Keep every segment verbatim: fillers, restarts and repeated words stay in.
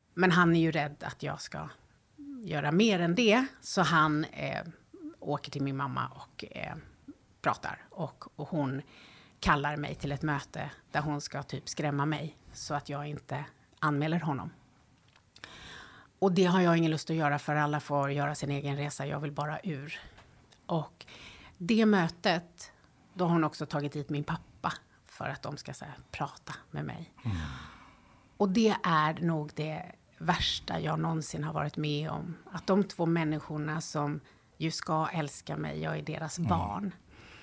men han är ju rädd att jag ska göra mer än det. Så han eh, åker till min mamma och eh, pratar. Och, och hon kallar mig till ett möte där hon ska typ skrämma mig. Så att jag inte anmäler honom. Och det har jag ingen lust att göra, för alla får göra sin egen resa. Jag vill bara ur. Och det mötet, då har hon också tagit hit min pappa. För att de ska så här, prata med mig. Mm. Och det är nog det värsta jag någonsin har varit med om. Att de två människorna som ju ska älska mig, jag är deras mm. barn.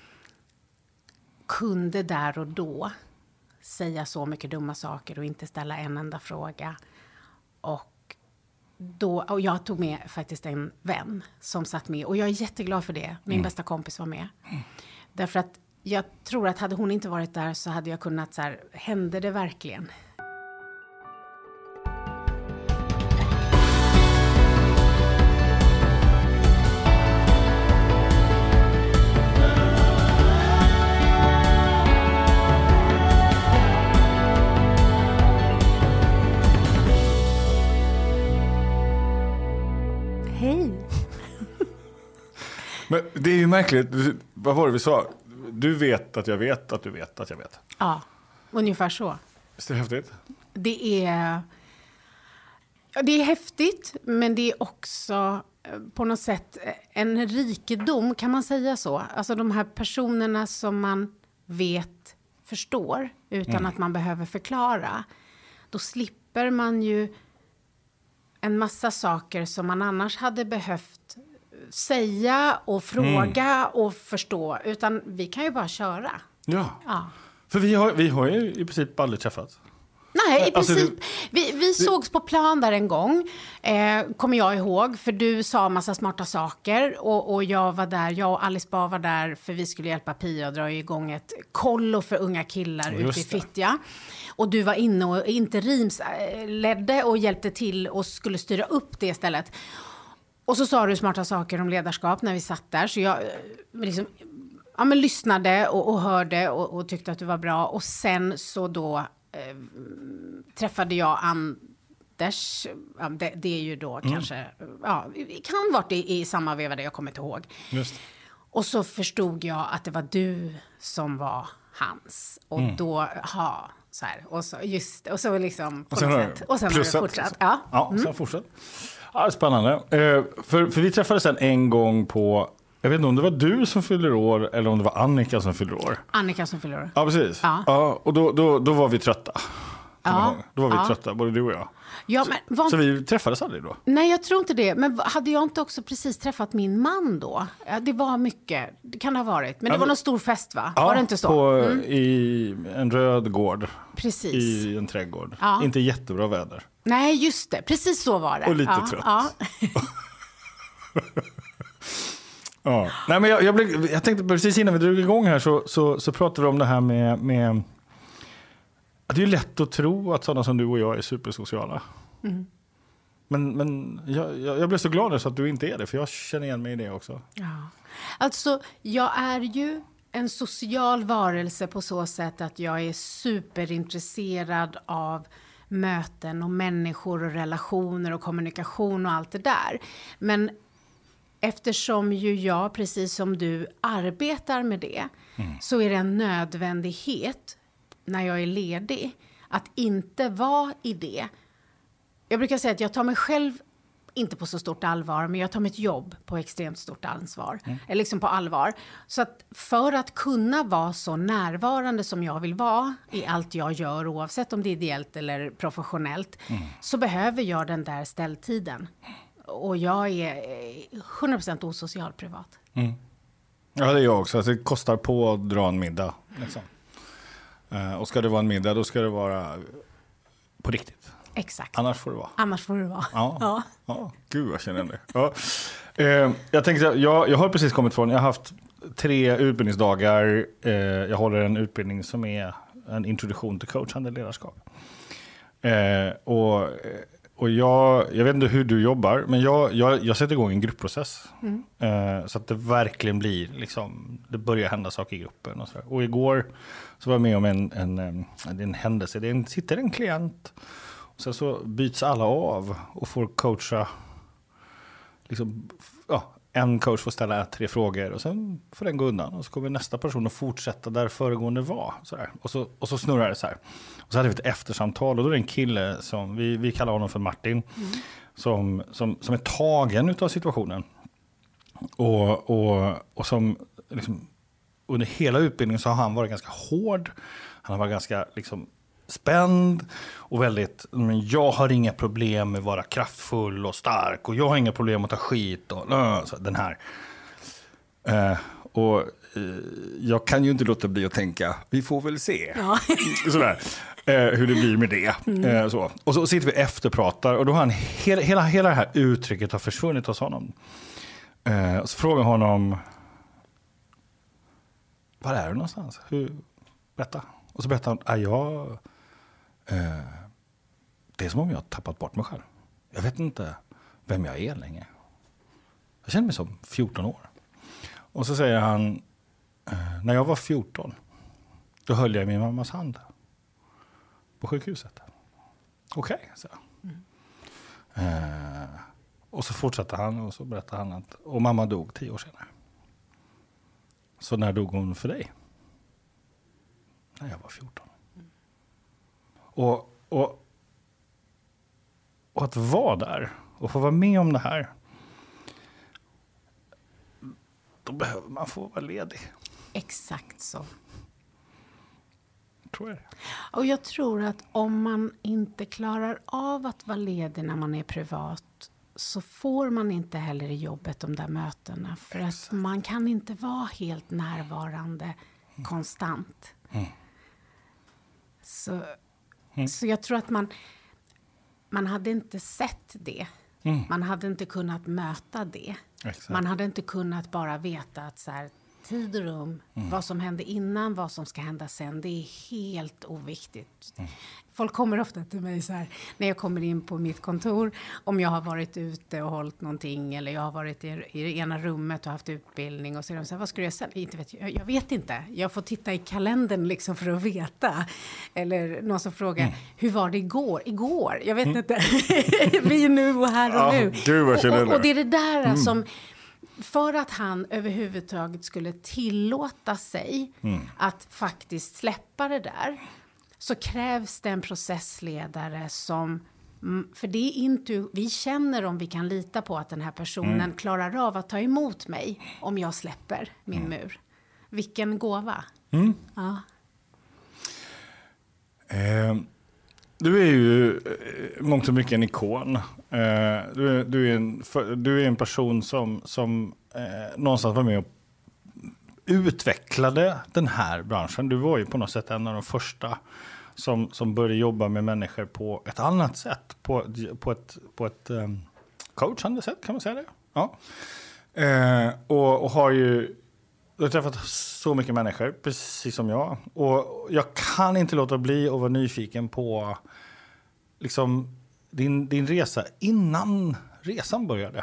Kunde där och då säga så mycket dumma saker och inte ställa en enda fråga. Och, då, och jag tog med faktiskt en vän som satt med. Och jag är jätteglad för det. Min mm. bästa kompis var med. Mm. Därför att jag tror att hade hon inte varit där så hade jag kunnat så här, hände det verkligen? Hej! Men det är ju märkligt. Vad var det vi sa? Du vet att jag vet att du vet att jag vet. Ja, ungefär så. Är det häftigt? Det är, ja, det är häftigt, men det är också på något sätt en rikedom, kan man säga så? Alltså de här personerna som man vet förstår utan mm. att man behöver förklara. Då slipper man ju en massa saker som man annars hade behövt säga och fråga mm. och förstå. Utan vi kan ju bara köra. Ja, ja. För vi har, vi har ju i princip aldrig träffats. Nej, i princip. Alltså, det, vi vi det, sågs på plan där en gång, eh, kommer jag ihåg. För du sa massa smarta saker. Och, och jag var där, jag och Alice Bah var där. För vi skulle hjälpa Pia att dra igång ett kollo för unga killar ute i Fittja. Och du var inne och interimsledde och hjälpte till och skulle styra upp det stället. Och så sa du smarta saker om ledarskap när vi satt där. Så jag liksom, ja, men lyssnade och, och hörde och, och tyckte att du var bra. Och sen så då eh, träffade jag Anders. Ja, det, det är ju då mm. kanske, ja, kan varit i, i samma veva där jag kommer inte ihåg. Just. Och så förstod jag att det var du som var hans. Och mm. då, ha, så här. Och så, just, och så liksom på och sen något sätt. Och sen har det fortsatt. Ja, ja mm. sen fortsatt. Ja, spännande. Eh, för, för vi träffades sen en gång på, jag vet inte om det var du som fyller år eller om det var Annika som fyller år. Annika som fyller år. Ja, precis. Ja. Ja, och då, då, då var vi trötta. Ja. Då var vi ja. trötta, både du och jag. Ja, men var... Så vi träffades aldrig då? Nej, jag tror inte det. Men hade jag inte också precis träffat min man då? Ja, det var mycket. Det kan det ha varit. Men det ja, var någon stor fest, va? Ja, var det inte så? På, mm. i en röd gård. Precis. I en trädgård. Ja. Inte jättebra väder. Nej, just det. Precis så var det. Och lite ja, trött. Ja. ja. Nej, men jag, jag, blev, jag tänkte precis innan vi drog igång här så, så, så pratade vi om det här med... med att det är lätt att tro att sådana som du och jag är supersociala. Mm. Men, men jag, jag blev så glad så att du inte är det. För jag känner igen mig i det också. Ja. Alltså, jag är ju en social varelse på så sätt att jag är superintresserad av möten och människor och relationer och kommunikation och allt det där. Men eftersom ju jag, precis som du, arbetar med det mm. så är det en nödvändighet när jag är ledig att inte vara i det. Jag brukar säga att jag tar mig själv inte på så stort allvar, men jag tar mitt jobb på extremt stort ansvar. Mm. Eller liksom på allvar. Så att för att kunna vara så närvarande som jag vill vara i allt jag gör, oavsett om det är ideellt eller professionellt, mm. så behöver jag den där ställtiden. Och jag är hundra procent osocial privat. Mm. Ja, det är jag också. Alltså, det kostar på att dra en middag. Liksom. Uh, och ska det vara en middag, då ska det vara på riktigt. Exakt. Annars får det vara. Annars får det vara. Ja. Ja. Ja. Gud, jag känner det. Ja. Uh, jag tänkte, jag, jag har precis kommit från, jag har haft tre utbildningsdagar. Uh, jag håller en utbildning som är en introduktion till coachande ledarskap. Uh, och och jag, jag vet inte hur du jobbar, men jag, jag, jag sätter igång en gruppprocess. Mm. Uh, så att det verkligen blir, liksom, det börjar hända saker i gruppen. Och, så och igår så var jag med om en, en, en, en händelse. Det sitter en klient Sen så byts alla av och får coacha. Liksom, ja, en coach får ställa tre frågor och sen får den gå undan. Och så kommer nästa person att fortsätta där föregående var. Så där. Och, så, och så snurrar det så här. Och så hade vi ett eftersamtal och då är det en kille som, vi, vi kallar honom för Martin, mm. som, som, som är tagen av situationen. Och, och, och som liksom, under hela utbildningen så har han varit ganska hård. Han har varit ganska liksom, spänd och väldigt, men jag har inga problem med att vara kraftfull och stark och jag har inga problem att ta skit och uh, så, den här. Uh, och uh, jag kan ju inte låta bli att tänka, vi får väl se. Ja. Sådär. Uh, hur det blir med det. Mm. Uh, så. Och så sitter vi efter och pratar och då har han hela, hela, hela det här uttrycket har försvunnit hos honom. Uh, och så frågar honom, var är du någonstans? Hur? Berätta. Och så berättar han, är jag... Eh, det är som om jag har tappat bort mig själv. Jag vet inte vem jag är längre. Jag känner mig som fjorton år. Och så säger han, eh, när jag var fjorton, då höll jag min mammas hand på sjukhuset. Okej, okay, så. Mm. Eh, och så fortsätter han och så berättar han att och mamma dog tio år senare. Så när dog hon för dig? När jag var fjorton. Mm. Och, och, och att vara där och få vara med om det här, då behöver man få vara ledig. Exakt så. Tror jag. Och jag tror att om man inte klarar av att vara ledig när man är privat, så får man inte heller i jobbet de där mötena. För Exakt. Att man kan inte vara helt närvarande mm. konstant. Mm. Så, mm. så jag tror att man, man hade inte sett det. Mm. Man hade inte kunnat möta det. Exakt. Man hade inte kunnat bara veta att så här, tid och rum, mm. vad som hände innan, vad som ska hända sen, det är helt oviktigt. Mm. Folk kommer ofta till mig så här, när jag kommer in på mitt kontor, om jag har varit ute och hållit någonting, eller jag har varit i, i det ena rummet och haft utbildning, och så är de så här, vad ska jag säga? Inte vet jag, jag vet inte. Jag får titta i kalendern liksom för att veta. Eller någon som frågar, mm. hur var det igår? Igår? Jag vet mm. inte. Vi är nu och här och nu. Gud, vad och, och, och det är det där mm. som... För att han överhuvudtaget skulle tillåta sig mm. att faktiskt släppa det där, så krävs det en processledare som, för det är inte, vi känner om vi kan lita på att den här personen mm. klarar av att ta emot mig om jag släpper min mm. mur. Vilken gåva. Mm. Ja. Eh, du är ju mångt och mycket en ikon. Eh, du, är, du, är en, du är en person som, som eh, någonstans var med och utvecklade den här branschen. Du var ju på något sätt en av de första som, som började jobba med människor på ett annat sätt. På, på ett, på ett um, coachande sätt, kan man säga det? Ja. Eh, och, och har ju du har träffat så mycket människor, precis som jag. Och jag kan inte låta bli att vara nyfiken på liksom, din, din resa innan resan började.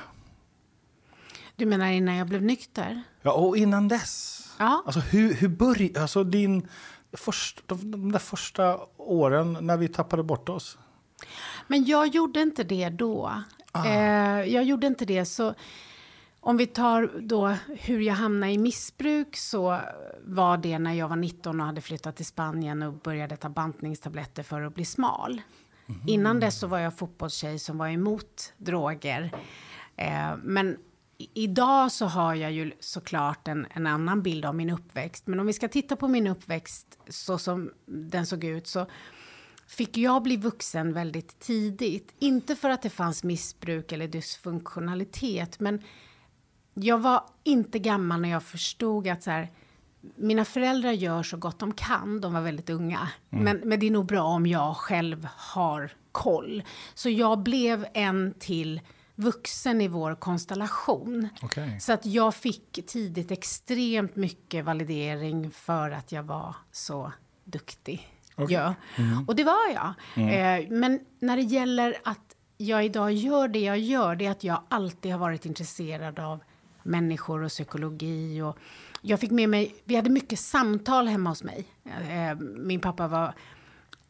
Du menar innan jag blev nykter? Ja, och innan dess. Ja. Alltså hur, hur började, alltså din först, de där första åren när vi tappade bort oss? Men jag gjorde inte det då. Ah. Eh, jag gjorde inte det, så om vi tar då hur jag hamnade i missbruk, så var det när jag var nitton och hade flyttat till Spanien och började ta bantningstabletter för att bli smal. Mm. Innan dess så var jag fotbollstjej som var emot droger. Eh, men idag så har jag ju såklart en, en annan bild av min uppväxt. Men om vi ska titta på min uppväxt så som den såg ut, så fick jag bli vuxen väldigt tidigt. Inte för att det fanns missbruk eller dysfunktionalitet, men jag var inte gammal när jag förstod att så här, mina föräldrar gör så gott de kan. De var väldigt unga. Mm. Men, men det är nog bra om jag själv har koll. Så jag blev en till vuxen i vår konstellation. Okay. Så att jag fick tidigt extremt mycket validering för att jag var så duktig. Okay. Ja. Mm. Och det var jag. Mm. Eh, men när det gäller att jag idag gör det jag gör, det är att jag alltid har varit intresserad av människor och psykologi. Och jag fick med mig, vi hade mycket samtal hemma hos mig. Eh, min pappa var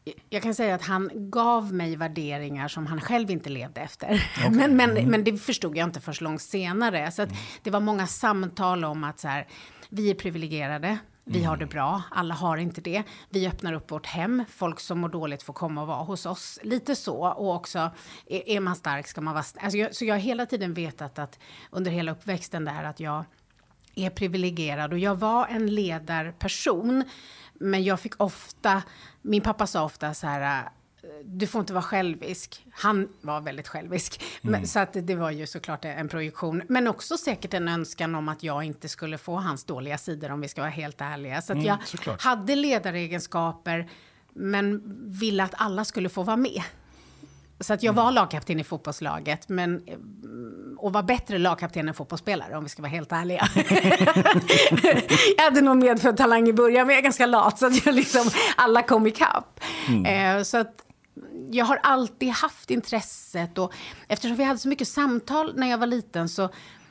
Jag kan säga att han gav mig värderingar som han själv inte levde efter. Okay. Men, men, mm. men det förstod jag inte först långt senare. Så att mm. det var många samtal om att så här, vi är privilegierade. Vi har det bra, alla har inte det. Vi öppnar upp vårt hem, folk som mår dåligt får komma och vara hos oss. Lite så, och också är, är man stark ska man vara stark. Alltså jag, så jag har hela tiden vetat att under hela uppväxten där att jag är privilegierad. Och jag var en ledarperson, men jag fick ofta, min pappa sa ofta så här, du får inte vara självisk. Han var väldigt självisk. Mm. Men, så att det var ju såklart en projektion. Men också säkert en önskan om att jag inte skulle få hans dåliga sidor, om vi ska vara helt ärliga. Så att mm, jag såklart. hade ledaregenskaper, men ville att alla skulle få vara med. Så att jag var lagkapten i fotbollslaget, men, och var bättre lagkapten än fotbollsspelare, om vi ska vara helt ärliga. Jag hade nog medfödd talang i början, men jag är ganska lat, så att jag liksom, alla kom ikapp. Mm. Eh, så att jag har alltid haft intresset, och eftersom vi hade så mycket samtal när jag var liten så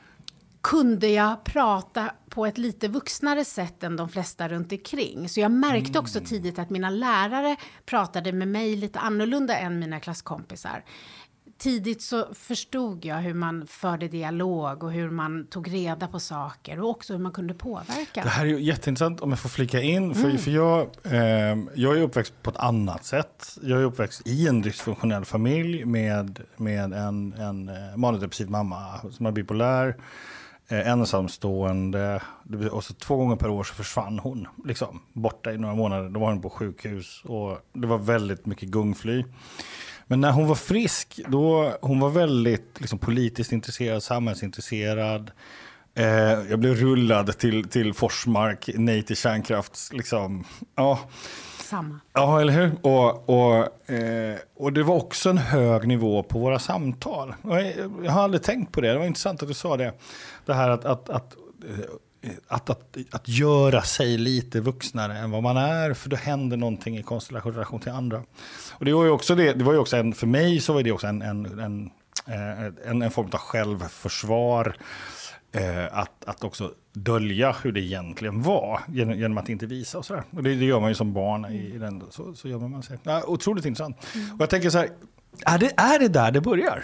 kunde jag prata på ett lite vuxnare sätt än de flesta runt omkring. Så jag märkte mm. också tidigt att mina lärare pratade med mig lite annorlunda än mina klasskompisar. Tidigt så förstod jag hur man förde dialog och hur man tog reda på saker, och också hur man kunde påverka. Det här är ju jätteintressant om jag får flika in. För, mm. för jag, eh, jag är uppväxt på ett annat sätt. Jag är uppväxt i en dysfunktionell familj med, med en, en manodepressiv mamma som är bipolär. Eh, ensamstående, och så två gånger per år så försvann hon liksom, borta i några månader. Då var hon på sjukhus och det var väldigt mycket gungfly. Men när hon var frisk, då hon var väldigt liksom, politiskt intresserad, samhällsintresserad. Eh, jag blev rullad till, till Forsmark, nej till kärnkraft. Liksom. Ja. Samma. Ja, eller hur? Och, och, eh, och det var också en hög nivå på våra samtal. Jag, jag har aldrig tänkt på det. Det var intressant att du sa det. Det här att, att, att, att, att, att göra sig lite vuxnare än vad man är. För då händer någonting i konstellation till andra. Och det var ju också, det, det var ju också en, för mig så var det också en, en, en, en, en form av självförsvar. Eh, att, att också dölja hur det egentligen var genom, genom att inte visa och sådär. Och det, det gör man ju som barn i, i den, så, så gör man sig. Ja, otroligt intressant. Mm. Och jag tänker så här, är det, är det där det börjar?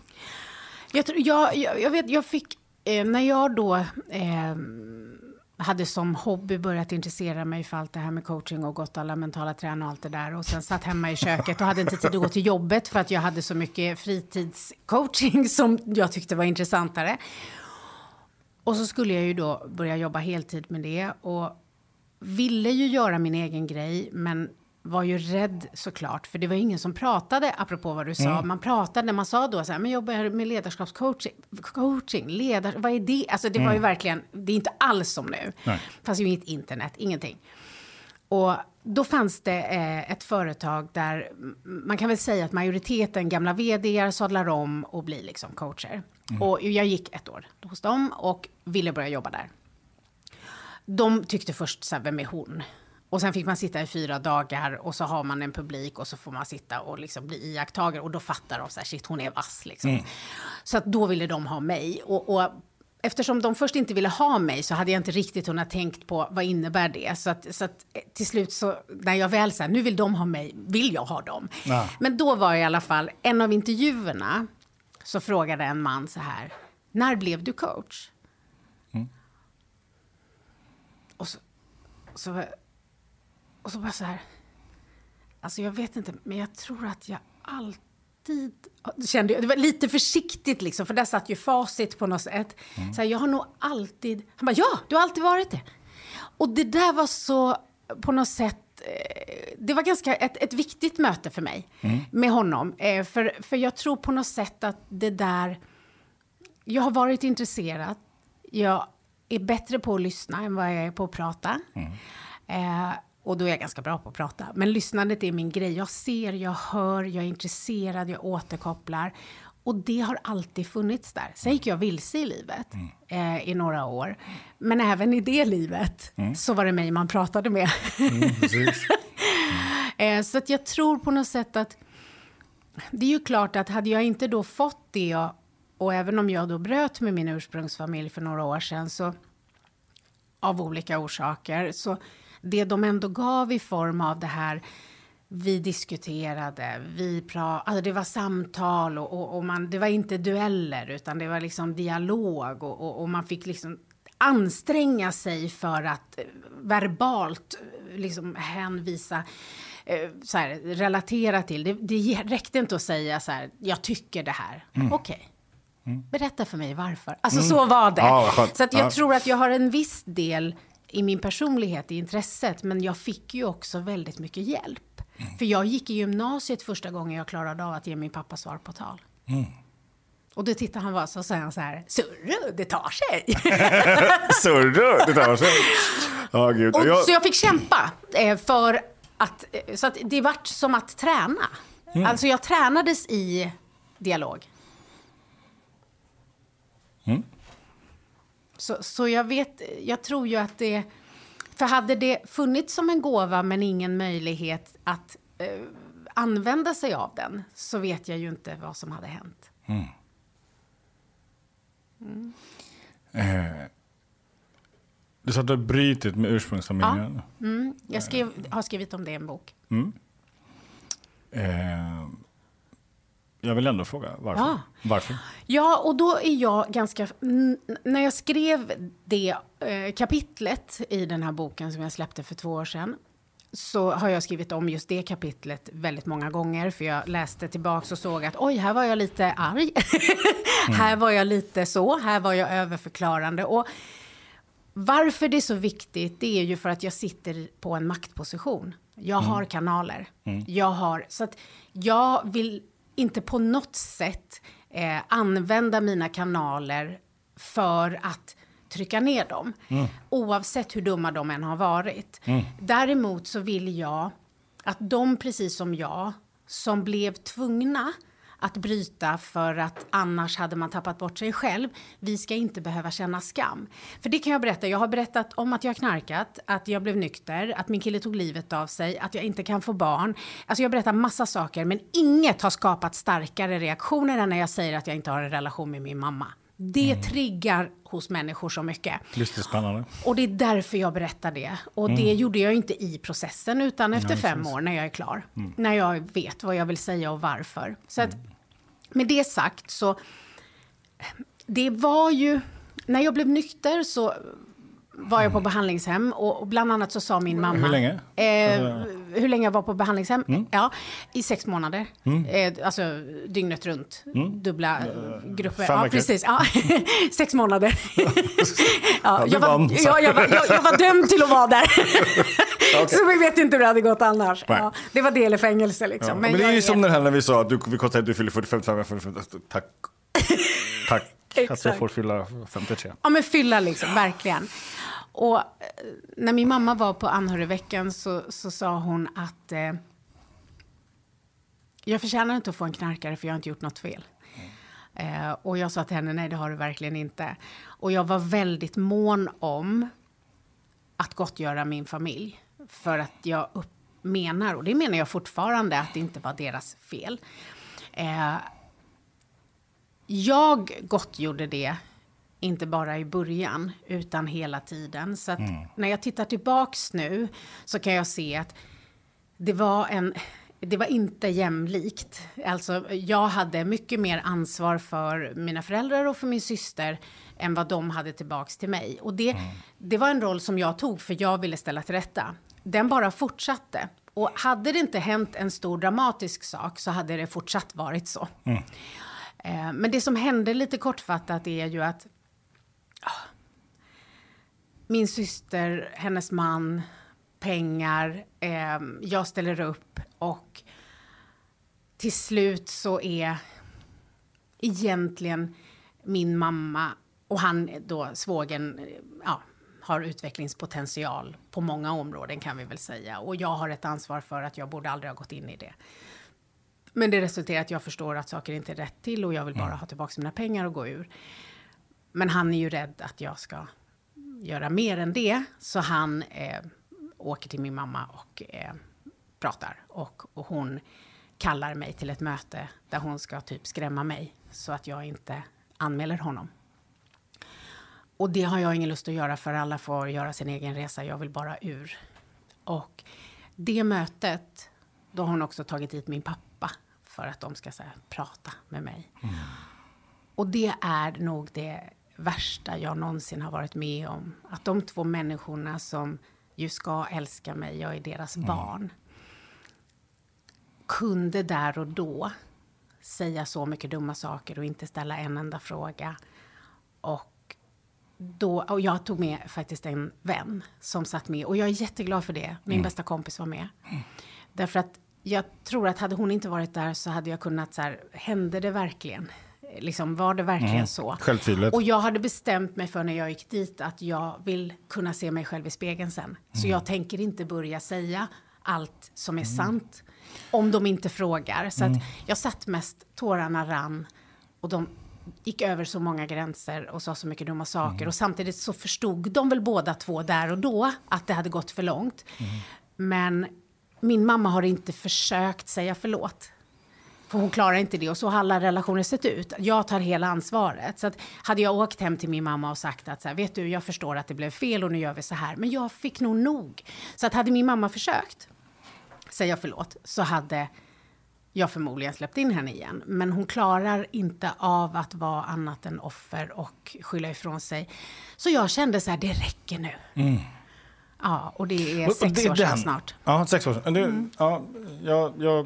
Jag, tror, jag, jag, jag vet, jag fick, eh, när jag då eh, hade som hobby börjat intressera mig för allt det här med coaching och gått alla mentala trän och allt det där, och sen satt hemma i köket och hade inte tid att gå till jobbet för att jag hade så mycket fritidscoaching som jag tyckte var intressantare. Och så skulle jag ju då börja jobba heltid med det, och ville ju göra min egen grej, men var ju rädd såklart, för det var ingen som pratade, apropå vad du sa. Mm. Man pratade när man sa då så här, men jobbar med ledarskapscoaching, coaching, ledar, vad är det? Alltså det mm. var ju verkligen, det är inte alls som nu. Nej. Det fanns ju inget internet, ingenting. Och då fanns det eh, ett företag där man kan väl säga att majoriteten gamla vd:ar sadlar om och blir liksom coacher. Mm. Och jag gick ett år hos dem och ville börja jobba där. De tyckte först så här, vem är hon? Och sen fick man sitta i fyra dagar och så har man en publik och så får man sitta och liksom bli iakttagare, och då fattar de så här, shit, hon är vass liksom. Mm. Så att då ville de ha mig, och, och eftersom de först inte ville ha mig så hade jag inte riktigt hunnit tänkt på vad innebär det. Så att, så att till slut så, när jag väl sa nu vill de ha mig, vill jag ha dem. Ja. Men då var i alla fall, en av intervjuerna så frågade en man så här, när blev du coach? Mm. Och så, så och så bara så här, alltså jag vet inte, men jag tror att jag alltid kände, det var lite försiktigt liksom, för där satt ju facit på något sätt. Mm. Så här, jag har nog alltid, han bara, ja, du har alltid varit det. Och det där var så, på något sätt, det var ganska ett, ett viktigt möte för mig mm. med honom. För, för jag tror på något sätt att det där, jag har varit intresserad, jag är bättre på att lyssna än vad jag är på att prata. Mm. Eh, och då är jag ganska bra på att prata. Men lyssnandet är min grej. Jag ser, jag hör, jag är intresserad, jag återkopplar. Och det har alltid funnits där. Sen gick jag vilse i livet mm. eh, i några år. Men även i det livet mm. så var det mig man pratade med. Mm, precis. Mm. eh, så att jag tror på något sätt att det är ju klart att hade jag inte då fått det, och, och även om jag då bröt med min ursprungsfamilj för några år sedan, så av olika orsaker, så det de ändå gav i form av det här vi diskuterade, vi pra- alltså det var samtal och, och, och man, det var inte dueller utan det var liksom dialog och, och, och man fick liksom anstränga sig för att verbalt liksom hänvisa, eh, så här, relatera till. Det, det räckte inte att säga så här, jag tycker det här. Mm. Okej. Okay. Mm. Berätta för mig varför. Alltså mm. så var det. Ja, så att jag ja. tror att jag har en viss del i min personlighet, i intresset, men jag fick ju också väldigt mycket hjälp. Mm. För jag gick i gymnasiet första gången jag klarade av att ge min pappa svar på tal. Mm. Och då tittar han bara så och säger han så här, surru, det tar sig. Surru, det tar sig. Oh, Gud. Och, jag... Så jag fick kämpa eh, för att, eh, så att det vart som att träna. Mm. Alltså jag tränades i dialog. Mm. Så, så jag vet, jag tror ju att det, för hade det funnits som en gåva men ingen möjlighet att eh, använda sig av den, så vet jag ju inte vad som hade hänt. Mm. Mm. Eh, du sa att du har brytit med ursprungsfamiljen. Ja. Mm. Jag skrev, har skrivit om det i en bok. Mm. Eh, jag vill ändå fråga varför. Ja. varför? Ja, och då är jag ganska... N- när jag skrev det eh, kapitlet i den här boken som jag släppte för två år sedan, så har jag skrivit om just det kapitlet väldigt många gånger. För jag läste tillbaka och såg att oj, här var jag lite arg. mm. Här var jag lite så. Här var jag överförklarande. Och varför det är så viktigt, det är ju för att jag sitter på en maktposition. Jag mm. har kanaler. Mm. Jag har, så att jag vill inte på något sätt eh, använda mina kanaler för att trycka ner dem. Mm. Oavsett hur dumma de än har varit. Mm. Däremot så vill jag att de, precis som jag, som blev tvungna att bryta för att annars hade man tappat bort sig själv. Vi ska inte behöva känna skam. För det kan jag berätta. Jag har berättat om att jag har knarkat, att jag blev nykter, att min kille tog livet av sig, att jag inte kan få barn. Alltså jag berättar massa saker, men inget har skapat starkare reaktioner än när jag säger att jag inte har en relation med min mamma. Det mm. triggar hos människor så mycket. Just det, spännande. Och det är därför jag berättar det. Och mm. det gjorde jag inte i processen, utan efter Nej, fem år när jag är klar. Mm. När jag vet vad jag vill säga och varför. Så att, mm. med det sagt så, det var ju, när jag blev nykter så var jag på behandlingshem och bland annat så sa min mamma... Hur länge? Eh, hur länge jag var på behandlingshem? Mm. Ja, i sex månader. Mm. Eh, alltså dygnet runt. Mm. Dubbla grupper. Fem ja, precis. Ja. Sex månader. ja, ja, jag, var, ja, jag, var, jag, jag var dömd till att vara där. okay. Så vi vet inte hur det hade gått annars. Ja, det var del i fängelse liksom. Ja. Men, Men det är ju är... som den här när vi sa att du, vi konstaterade att du fyller fyrtiofem, fyrtiofem. Tack. Tack. Att jag får fylla femtiotre. Ja, men fylla liksom, verkligen. Och när min mamma var på anhörigveckan så, så sa hon att eh, jag förtjänar inte att få en knarkare för jag har inte gjort något fel. Mm. Eh, och jag sa till henne, nej det har du verkligen inte. Och jag var väldigt mån om att gottgöra min familj. För att jag upp, menar, och det menar jag fortfarande, att det inte var deras fel. Eh, jag gottgjorde det. Inte bara i början, utan hela tiden. Så att mm. när jag tittar tillbaks nu så kan jag se att det var, en, det var inte jämlikt. Alltså, jag hade mycket mer ansvar för mina föräldrar och för min syster än vad de hade tillbaks till mig. Och det, mm. det var en roll som jag tog för jag ville ställa till rätta. Den bara fortsatte. Och hade det inte hänt en stor dramatisk sak så hade det fortsatt varit så. Mm. Eh, men det som hände lite kortfattat är ju att min syster, hennes man, pengar, eh, jag ställer upp och till slut så är egentligen min mamma och han då, svågen, ja, har utvecklingspotential på många områden kan vi väl säga. Och jag har ett ansvar för att jag borde aldrig ha gått in i det. Men det resulterar att jag förstår att saker inte är rätt till och jag vill bara mm. ha tillbaka mina pengar och gå ur. Men han är ju rädd att jag ska göra mer än det. Så han eh, åker till min mamma och eh, pratar. Och, och hon kallar mig till ett möte där hon ska typ skrämma mig. Så att jag inte anmäler honom. Och det har jag ingen lust att göra för alla får göra sin egen resa. Jag vill bara ur. Och det mötet då har hon också tagit hit min pappa för att de ska så här, prata med mig. Mm. Och det är nog det värsta jag någonsin har varit med om. Att de två människorna som ju ska älska mig, jag är deras mm. barn, kunde där och då säga så mycket dumma saker och inte ställa en enda fråga. Och, då, och jag tog med faktiskt en vän som satt med. Och jag är jätteglad för det. Min mm. bästa kompis var med. Mm. Därför att jag tror att hade hon inte varit där så hade jag kunnat så här, hände det verkligen? Liksom, var det verkligen mm. så? Självtydligt. Och jag hade bestämt mig för när jag gick dit att jag vill kunna se mig själv i spegeln sen. Mm. Så jag tänker inte börja säga allt som är mm. sant om de inte frågar. Så mm. att jag satt mest, tårarna rann och de gick över så många gränser och sa så mycket dumma saker. Mm. Och samtidigt så förstod de väl båda två där och då att det hade gått för långt. Mm. Men min mamma har inte försökt säga förlåt. För hon klarar inte det och så har alla relationer sett ut. Jag tar hela ansvaret. Så att hade jag åkt hem till min mamma och sagt att så här, vet du, jag förstår att det blev fel och nu gör vi så här. Men jag fick nog nog. Så att hade min mamma försökt säga förlåt så hade jag förmodligen släppt in henne igen. Men hon klarar inte av att vara annat än offer och skylla ifrån sig. Så jag kände så här, det räcker nu. Mm. Ja, och det är sex det, år sedan den. snart. Ja, sex år sedan. Det, mm. ja, jag, jag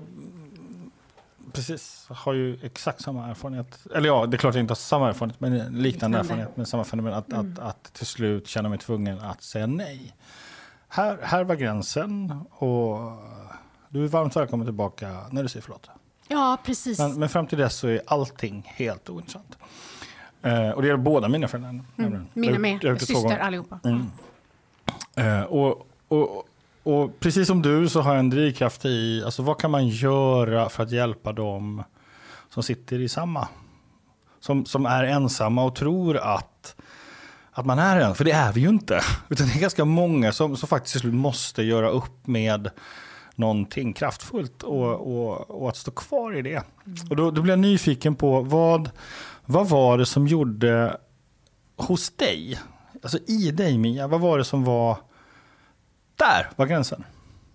precis har ju exakt samma erfarenhet. Eller ja, det är klart jag inte har samma erfarenhet, men liknande, liknande. erfarenhet med samma fenomen. Att, mm. att, att till slut känna mig tvungen att säga nej. Här, här var gränsen och du är varmt välkommen tillbaka när du säger förlåt. Ja, precis. Men, men fram till dess så är allting helt ointressant. Eh, och det är båda mina föräldrar. Mm. Mina med, jag, jag syster allihopa. Mm. Eh, och, och, och precis som du så har jag en drivkraft i, alltså vad kan man göra för att hjälpa dem som sitter i samma, som, som är ensamma och tror att Att man är en, för det är vi ju inte. Utan det är ganska många som, som faktiskt måste göra upp med någonting kraftfullt och, och, och att stå kvar i det. Mm. Och då, då blir jag nyfiken på vad, vad var det som gjorde hos dig, alltså i dig Mia, vad var det som var där, var gränsen?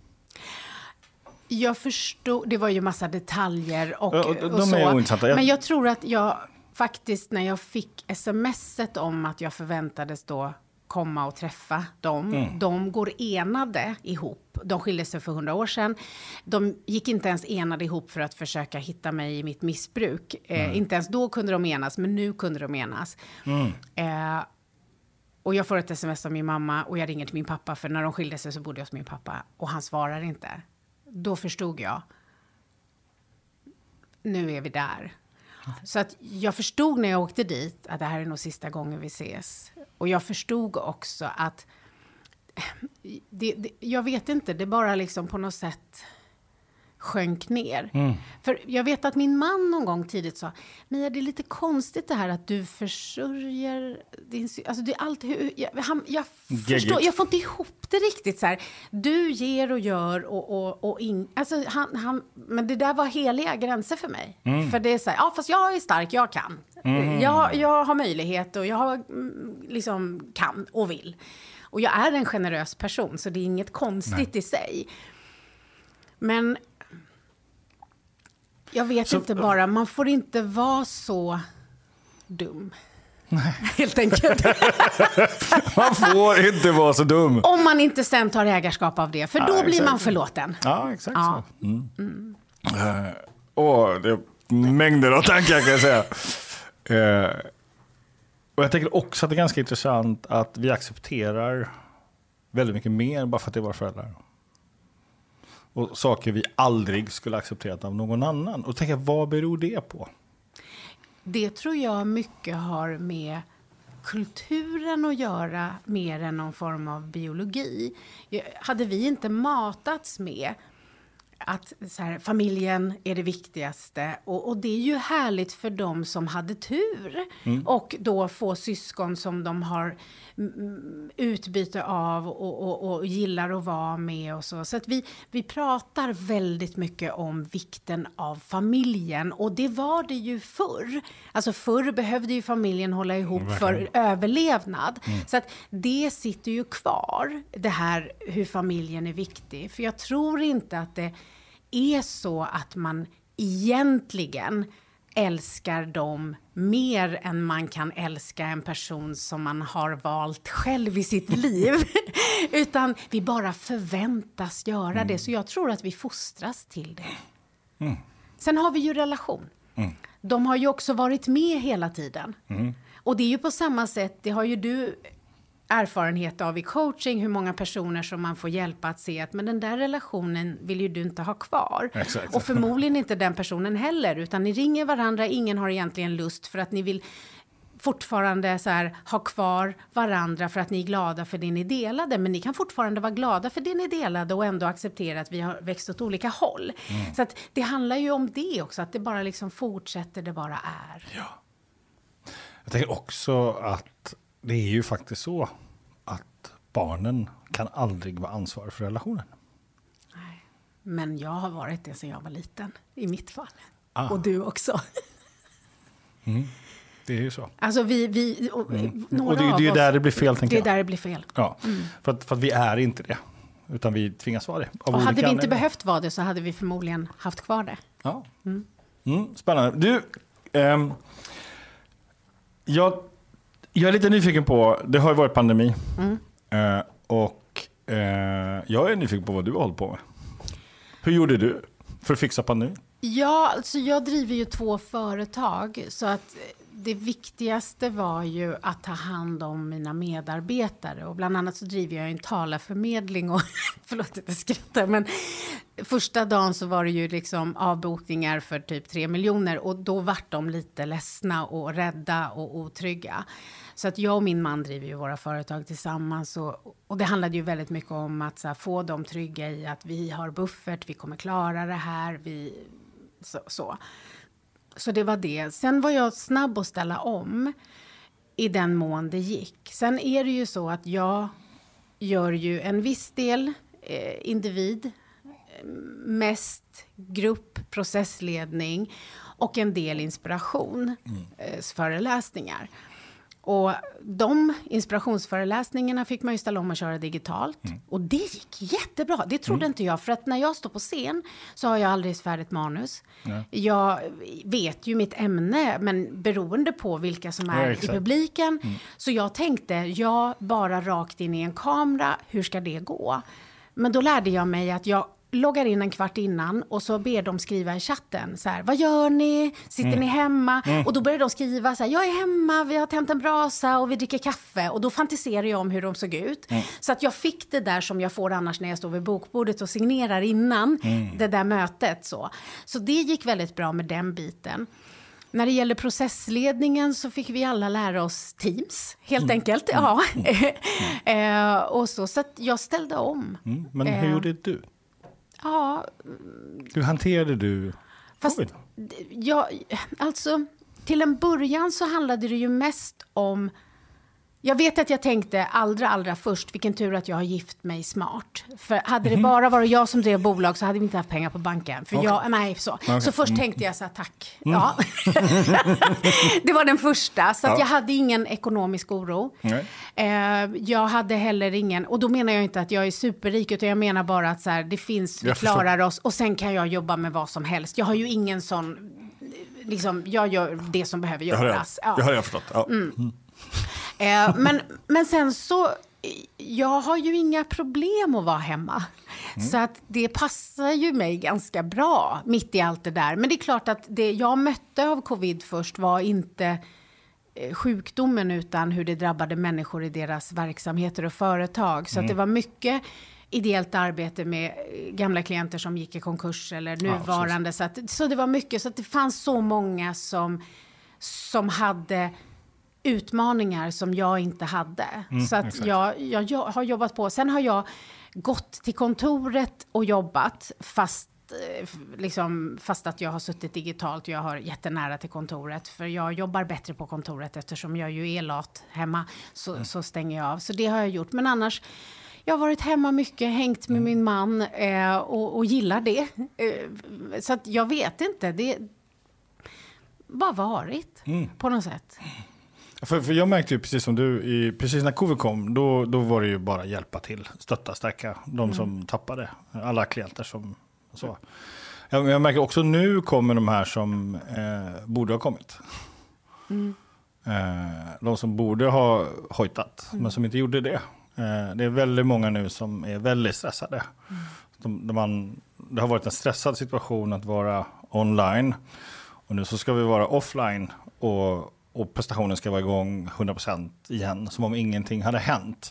Jag förstod, det var ju massa detaljer och, och, och, och så. Är ointressanta. Men jag tror att jag faktiskt när jag fick smset om att jag förväntades då komma och träffa dem. Mm. De går enade ihop. De skilde sig för hundra år sedan. De gick inte ens enade ihop för att försöka hitta mig i mitt missbruk. Mm. Eh, inte ens då kunde de enas, men nu kunde de enas. Mm. Eh, och jag får ett sms av min mamma och jag ringer till min pappa. För när de skilde sig så bodde jag hos min pappa. Och han svarar inte. Då förstod jag. Nu är vi där. Så att jag förstod när jag åkte dit att det här är nog sista gången vi ses. Och jag förstod också att det, det, jag vet inte, det bara liksom på något sätt sjönk ner. Mm. För jag vet att min man någon gång tidigt sa, Mia, det är lite konstigt det här att du försörjer din, alltså det är allt hur, jag, han, jag förstår, jag får inte ihop det riktigt så här. Du ger och gör och, och, och in, alltså han, han, men det där var heliga gränser för mig. Mm. För det är så här, ja fast jag är stark, jag kan. Mm. Jag, jag har möjlighet och jag har, liksom kan och vill. Och jag är en generös person så det är inget konstigt Nej. i sig. Men jag vet så, inte bara, man får inte vara så dum. Nej. Helt enkelt. Man får inte vara så dum. Om man inte sen tar ägarskap av det. För då ja, blir man förlåten. Ja, exakt ja. så. Mm. Mm. Uh, åh, det är mängder av tankar kan jag säga. Uh, och jag tänker också att det är ganska intressant att vi accepterar väldigt mycket mer bara för att det är våra föräldrar. Och saker vi aldrig skulle accepterat av någon annan. Och tänka, vad beror det på? Det tror jag mycket har med kulturen att göra mer än någon form av biologi. Hade vi inte matats med att så här, familjen är det viktigaste. Och, och det är ju härligt för dem som hade tur. Mm. Och då få syskon som de har mm, utbyte av och, och, och gillar att vara med. Och så så att vi, vi pratar väldigt mycket om vikten av familjen. Och det var det ju förr. Alltså förr behövde ju familjen hålla ihop mm. för överlevnad. Mm. Så att det sitter ju kvar. Det här hur familjen är viktig. För jag tror inte att det är så att man egentligen älskar dem mer än man kan älska en person som man har valt själv i sitt liv. Utan vi bara förväntas göra mm. det. Så jag tror att vi fostras till det. Mm. Sen har vi ju relation. Mm. De har ju också varit med hela tiden. Mm. Och det är ju på samma sätt, det har ju du erfarenhet av i coaching, hur många personer som man får hjälpa att se att men den där relationen vill ju du inte ha kvar. Exakt. Och förmodligen inte den personen heller, utan ni ringer varandra, ingen har egentligen lust för att ni vill fortfarande så här, ha kvar varandra för att ni är glada för det ni delade, men ni kan fortfarande vara glada för det ni delade och ändå acceptera att vi har växt åt olika håll. Mm. Så att det handlar ju om det också, att det bara liksom fortsätter, det bara är. Ja. Jag tänker också att det är ju faktiskt så att barnen kan aldrig vara ansvariga för relationen. Nej, men jag har varit det sedan jag var liten, i mitt fall. Ah. Och du också. Mm. Det är ju så. Alltså vi, vi och, mm. och det, det är ju där det blir fel, tänker jag. Det är jag. där det blir fel. Ja, mm. för, att, för att vi är inte det. Utan vi tvingas vara det. Och hade vi inte behövt vara det så hade vi förmodligen haft kvar det. Ja. Mm. Mm, spännande. Du, ehm, jag, jag är lite nyfiken på, det har ju varit pandemi. Mm. Eh, och eh, jag är nyfiken på vad du har hållit på med. Hur gjorde du för att fixa pandemin? Ja, alltså jag driver ju två företag, så att det viktigaste var ju att ta hand om mina medarbetare, och bland annat så driver jag en talarförmedling och förlåt att jag skrattar, men första dagen så var det ju liksom avbokningar för typ tre miljoner, och då vart de lite ledsna och rädda och otrygga. Så att jag och min man driver ju våra företag tillsammans, och, och det handlade ju väldigt mycket om att så här, få dem trygga i att vi har buffert, vi kommer klara det här, vi så, så. Så det var det. Sen var jag snabb att ställa om i den mån det gick. Sen är det ju så att jag gör ju en viss del eh, individ, mest grupp, processledning och en del inspiration, mm. eh, föreläsningar. Och de inspirationsföreläsningarna fick man ju ställa om och köra digitalt. Mm. Och det gick jättebra. Det trodde mm. inte jag. För att när jag står på scen så har jag aldrig färdigt manus. Ja. Jag vet ju mitt ämne, men beroende på vilka som är ja, i publiken. Mm. Så jag tänkte, jag bara rakt in i en kamera, hur ska det gå? Men då lärde jag mig att jag loggar in en kvart innan och så ber de skriva i chatten så här, vad gör ni? Sitter mm. ni hemma? Mm. Och då börjar de skriva så här, jag är hemma, vi har tänt en brasa och vi dricker kaffe, och då fantiserar jag om hur de såg ut. Mm. Så att jag fick det där som jag får annars när jag står vid bokbordet och signerar innan mm. det där mötet. Så. så det gick väldigt bra med den biten. När det gäller processledningen så fick vi alla lära oss Teams, helt mm. enkelt. Mm. Ja. Mm. eh, och så, så att jag ställde om. Mm. Men hur eh, gjorde du? Ja. Hur hanterade du fast, ja, alltså till en början så handlade det ju mest om, jag vet att jag tänkte allra allra först, vilken tur att jag har gift mig smart. För hade det bara varit jag som drev bolag så hade vi inte haft pengar på banken. För okay. jag, nej, så. Okay. Så först tänkte jag så här, tack. Mm. Ja. Det var den första. Så att ja. jag hade ingen ekonomisk oro. Eh, jag hade heller ingen, och då menar jag inte att jag är superrik, utan jag menar bara att så här, det finns, vi klarar oss, och sen kan jag jobba med vad som helst. Jag har ju ingen sån, liksom, jag gör det som behöver göras. Jag har, jag, ja. jag har förstått. Ja. Mm. Mm. Eh, men, men sen så, jag har ju inga problem att vara hemma. Mm. Så att det passar ju mig ganska bra mitt i allt det där. Men det är klart att det jag mötte av covid först var inte eh, sjukdomen, utan hur det drabbade människor i deras verksamheter och företag. Så mm. att det var mycket ideellt arbete med gamla klienter som gick i konkurs eller nuvarande. Ja, så, att, så det var mycket, så att det fanns så många som, som hade utmaningar som jag inte hade. Mm, så att jag, jag, jag har jobbat på. Sen har jag gått till kontoret och jobbat fast, liksom, fast att jag har suttit digitalt. Jag har jättenära till kontoret. För jag jobbar bättre på kontoret eftersom jag ju är lat hemma. Så, mm. så stänger jag av. Så det har jag gjort. Men annars, jag har varit hemma mycket, hängt med mm. min man eh, och, och gillar det. Eh, så att jag vet inte. Det bara varit mm. på något sätt. För, för jag märkte ju precis som du, i, precis när covid kom, då, då var det ju bara hjälpa till, stötta, stärka de mm. som tappade, alla klienter som så. Jag, jag märker också nu kommer de här som eh, borde ha kommit. Mm. Eh, de som borde ha hojtat, mm. men som inte gjorde det. Eh, det är väldigt många nu som är väldigt stressade. Mm. De, de man, det har varit en stressad situation att vara online. Och nu så ska vi vara offline och, och prestationen ska vara igång hundra procent igen. Som om ingenting hade hänt.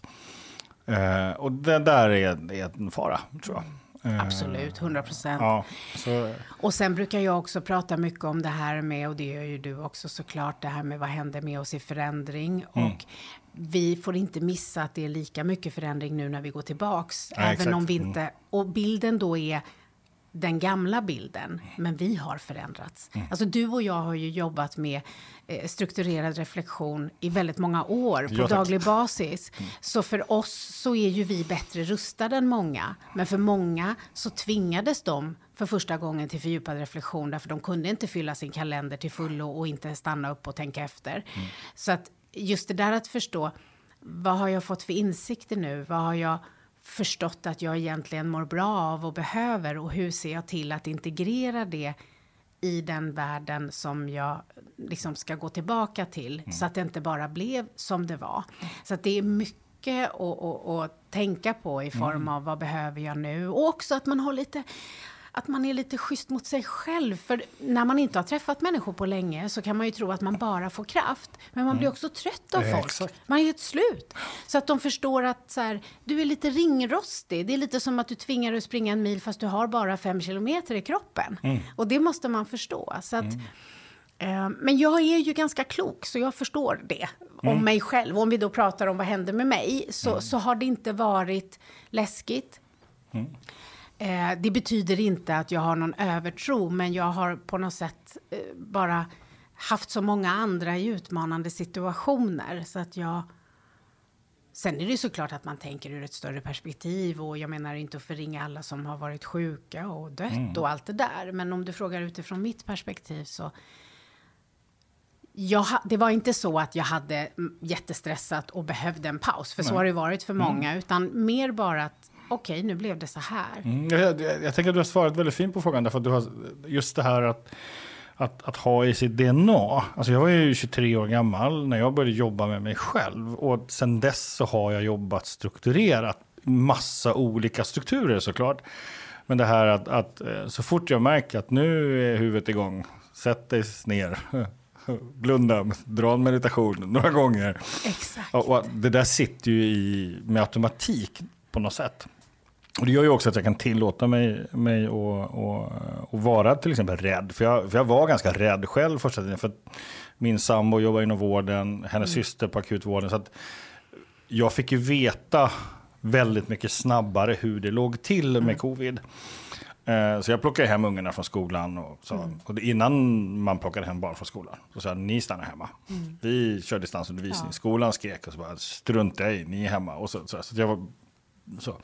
Eh, och det där är, är en fara, tror jag. Absolut, hundra procent. Ja, så... Och sen brukar jag också prata mycket om det här med, och det gör ju du också såklart, det här med vad händer med oss i förändring. Mm. Och vi får inte missa att det är lika mycket förändring nu när vi går tillbaks. Ja, även exakt. Om vi inte, mm. och bilden då är den gamla bilden, men vi har förändrats. Mm. Alltså du och jag har ju jobbat med eh, strukturerad reflektion i väldigt många år på ja, daglig basis. Mm. Så för oss så är ju vi bättre rustade än många. Men för många så tvingades de för första gången till fördjupad reflektion därför de kunde inte fylla sin kalender till fullo och inte stanna upp och tänka efter. Mm. Så att just det där att förstå, vad har jag fått för insikter nu? Vad har jag förstått att jag egentligen mår bra av och behöver, och hur ser jag till att integrera det i den världen som jag liksom ska gå tillbaka till, mm. så att det inte bara blev som det var. Så att det är mycket att, att, att tänka på i form mm. av vad behöver jag nu, och också att man har lite att man är lite schysst mot sig själv. För när man inte har träffat människor på länge så kan man ju tro att man bara får kraft. Men man mm. blir också trött av folk. Exakt. Man är ett slut. Så att de förstår att så här, du är lite ringrostig. Det är lite som att du tvingar dig att springa en mil fast du har bara fem kilometer i kroppen. Mm. Och det måste man förstå. Så att, mm. eh, men jag är ju ganska klok så jag förstår det om mm. mig själv. Om vi då pratar om vad händer med mig så, mm. så har det inte varit läskigt. Mm. Eh, det betyder inte att jag har någon övertro, men jag har på något sätt eh, bara haft så många andra i utmanande situationer så att jag... Sen är det såklart att man tänker ur ett större perspektiv, och jag menar inte att förringa alla som har varit sjuka och dött mm. och allt det där, men om du frågar utifrån mitt perspektiv så... Jag, det var inte så att jag hade jättestressat och behövde en paus, för Nej. Så har det varit för många, mm. utan mer bara att okej, nu blev det så här. Mm, jag, jag, jag tänker att du har svarat väldigt fint på frågan, därför att du har just det här att, att, att ha i sitt D N A. Alltså jag var ju tjugotre år gammal när jag började jobba med mig själv, och sen dess så har jag jobbat strukturerat massa olika strukturer såklart. Men det här att, att så fort jag märker att nu är huvudet igång, sätt dig ner, blunda, dra en meditation några gånger. Exakt. Och, och det där sitter ju i med automatik på något sätt. Och det gör ju också att jag kan tillåta mig, mig och, och, och vara till exempel rädd. För jag, för jag var ganska rädd själv första tiden. För att min sambo jobbar inom vården, hennes mm. syster på akutvården. Så att jag fick ju veta väldigt mycket snabbare hur det låg till med mm. covid. Eh, så jag plockade hem ungarna från skolan. Och, så, mm. och det, innan man plockade hem barn från skolan så sa jag, ni stannar hemma. Mm. Vi kör distansundervisning. Ja. Skolan skrek och så bara, strunta i, ni är hemma. Och så, så, så jag var... Så.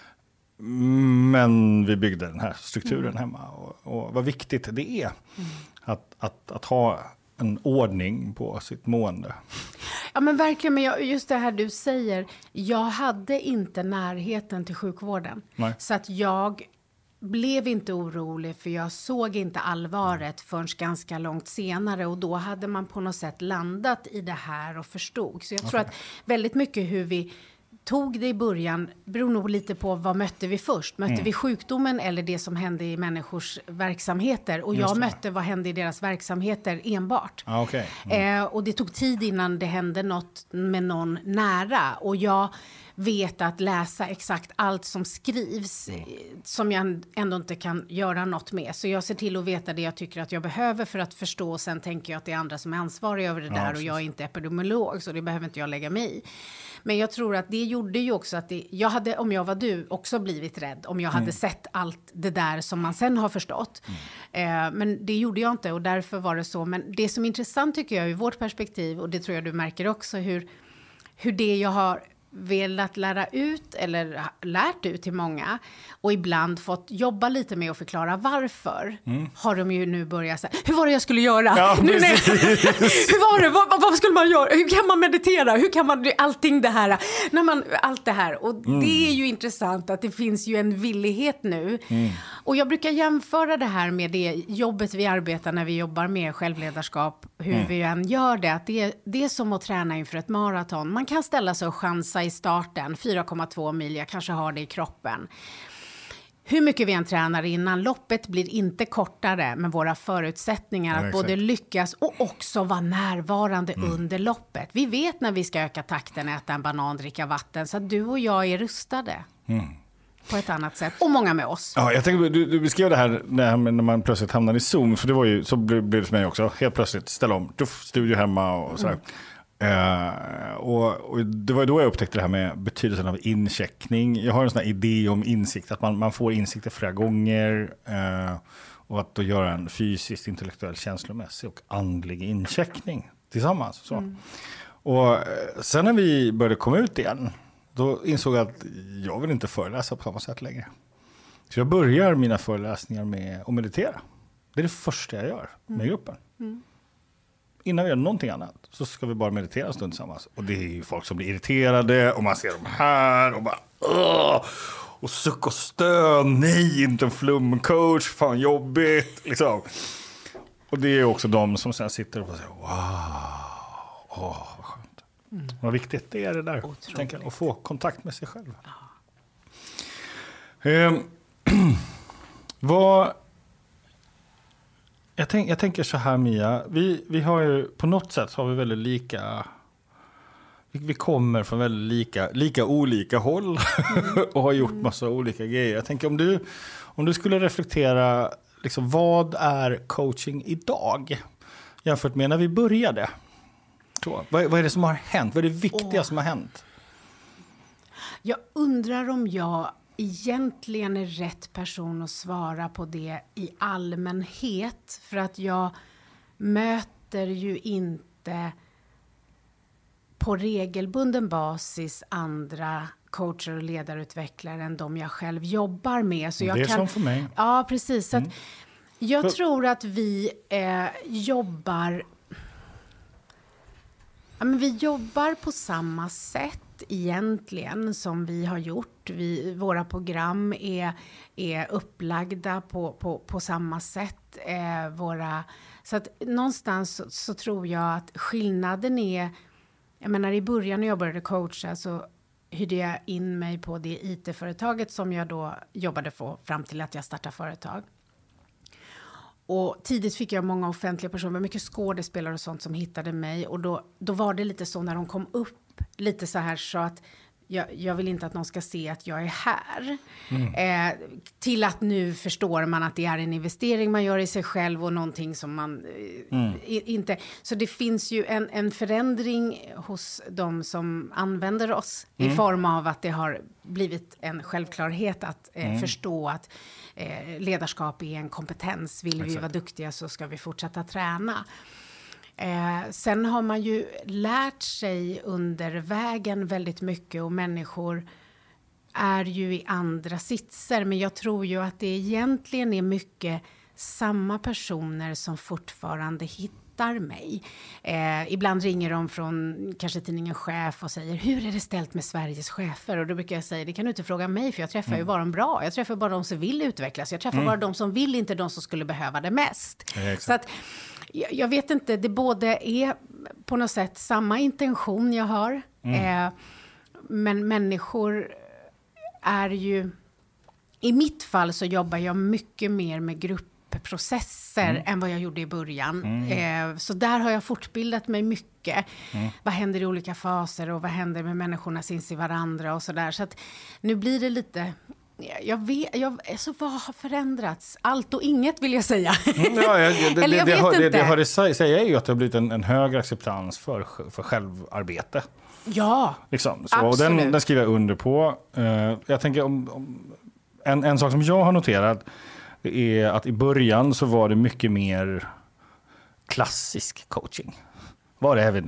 Men vi byggde den här strukturen mm. hemma, och, och vad viktigt det är mm. att, att, att ha en ordning på sitt mående. Ja men verkligen, men jag, just det här du säger, jag hade inte närheten till sjukvården. Nej. Så att jag blev inte orolig, för jag såg inte allvaret förrän ganska långt senare, och då hade man på något sätt landat i det här och förstod. Så jag tror okay. att väldigt mycket hur vi tog det i början beror nog lite på vad mötte vi först. Mötte mm. vi sjukdomen eller det som hände i människors verksamheter? Och jag mötte vad hände i deras verksamheter enbart. Ah, okay. mm. eh, och det tog tid innan det hände något med någon nära. Och jag vet att läsa exakt allt som skrivs mm. som jag ändå inte kan göra något med. Så jag ser till att veta det jag tycker att jag behöver för att förstå. Och sen tänker jag att det är andra som är ansvariga över det ja, där. Precis. Och jag är inte epidemiolog, så det behöver inte jag lägga mig i. Men jag tror att det gjorde ju också att det, jag hade, om jag var du, också blivit rädd. Om jag hade mm. sett allt det där som man sen har förstått. Mm. Eh, men det gjorde jag inte, och därför var det så. Men det som är intressant tycker jag i vårt perspektiv, och det tror jag du märker också, hur, hur det jag har velat lära ut eller lärt ut till många och ibland fått jobba lite med att förklara varför mm. har de ju nu börjat säga, hur var det jag skulle göra? Ja, nu, nej, hur var det? Vad, vad skulle man göra? Hur kan man meditera? Hur kan man allting det här? När man, allt det här. Och mm. det är ju intressant att det finns ju en villighet nu. Mm. Och jag brukar jämföra det här med det jobbet vi arbetar när vi jobbar med självledarskap, hur mm. vi än gör det. Att det, är, det är som att träna inför ett maraton. Man kan ställa sig och chansa i starten, fyra komma två mil, jag kanske har det i kroppen. Hur mycket vi än tränar innan, loppet blir inte kortare med våra förutsättningar ja, att både lyckas och också vara närvarande mm. under loppet. Vi vet när vi ska öka takten, äta en banan, dricka vatten, så att du och jag är rustade. Mm. På ett annat sätt. Och många med oss. Ja, jag tänker, du, du beskrev det här när, när man plötsligt hamnar i Zoom, för det var ju, så blev det för mig också, helt plötsligt ställa om, tuff, studio hemma och sådär. Mm. Uh, och, och det var då jag upptäckte det här med betydelsen av incheckning. Jag har en sån här idé om insikt, att man, man får insikter flera gånger uh, och att då göra en fysisk, intellektuell, känslomässig och andlig incheckning tillsammans. Så. Mm. Och uh, sen när vi började komma ut igen, då insåg jag att jag vill inte föreläsa på samma sätt längre. Så jag börjar mina föreläsningar med att meditera. Det är det första jag gör med mm. gruppen. Mm. Innan vi gör någonting annat så ska vi bara meditera en stund tillsammans. Och det är ju folk som blir irriterade och man ser dem här och bara Åh! Och suck och stön, nej inte en flumcoach, fan jobbigt liksom. Och det är också de som sen sitter och säger wow, åh vad skönt. Mm. Vad viktigt det är det där, tänker jag, att få kontakt med sig själv. Ja. Eh, vad Jag, tänk, jag tänker så här, Mia. Vi, vi har ju, på något sätt har vi väldigt lika... Vi, vi kommer från väldigt lika, lika olika håll mm. och har gjort massa olika grejer. Jag tänker om du, om du skulle reflektera, liksom, vad är coaching idag jämfört med när vi började? Så, vad, vad är det som har hänt? Vad är det viktiga oh. som har hänt? Jag undrar om jag egentligen är rätt person att svara på det i allmänhet. För att jag möter ju inte på regelbunden basis andra coacher och ledarutvecklare än de jag själv jobbar med. Så jag det är kan, som för mig. Ja, precis. Så mm. att jag för... tror att vi eh, jobbar... Ja, men vi jobbar på samma sätt egentligen som vi har gjort. Vi, våra program är, är upplagda på, på, på samma sätt. Eh, våra, så att någonstans så, så tror jag att skillnaden är... Jag menar, i början när jag började coacha så hyrde jag in mig på det I T-företaget som jag då jobbade på fram till att jag startade företag. Och tidigt fick jag många offentliga personer, mycket skådespelare och sånt som hittade mig. Och då, då var det lite så när de kom upp, lite så här så att jag, jag vill inte att någon ska se att jag är här. Mm. Eh, till att nu förstår man att det är en investering man gör i sig själv och någonting som man eh, mm. inte... Så det finns ju en, en förändring hos de som använder oss mm. i form av att det har blivit en självklarhet att eh, mm. förstå att eh, ledarskap är en kompetens. Vill Exakt. vi vara duktiga så ska vi fortsätta träna. Eh, sen har man ju lärt sig under vägen väldigt mycket och människor är ju i andra sitser. Men jag tror ju att det egentligen är mycket samma personer som fortfarande hittar mig. Eh, ibland ringer de från kanske tidningen Chef och säger hur är det ställt med Sveriges chefer? Och då brukar jag säga det kan du inte fråga mig för jag träffar mm. ju bara de bra. Jag träffar bara de som vill utvecklas. Jag träffar mm. bara de som vill, inte de som skulle behöva det mest. Ja, så att jag vet inte, det både är på något sätt samma intention jag har. Mm. Eh, men människor är ju... I mitt fall så jobbar jag mycket mer med gruppprocesser mm. än vad jag gjorde i början. Mm. Eh, så där har jag fortbildat mig mycket. Mm. Vad händer i olika faser och vad händer med människorna sinns i varandra och sådär. Så att nu blir det lite... Jag vet, jag, så vad har förändrats? Allt och inget vill jag säga. Mm, ja, ja, det, Eller jag det, vet det, inte. Det, det har det säga är ju att det har blivit en, en högre acceptans för, för självarbete. Ja, liksom. Så, absolut. och den, den skriver jag under på. Uh, jag tänker om, om en, en sak som jag har noterat är att i början så var det mycket mer klassisk coaching. Var är vi nu?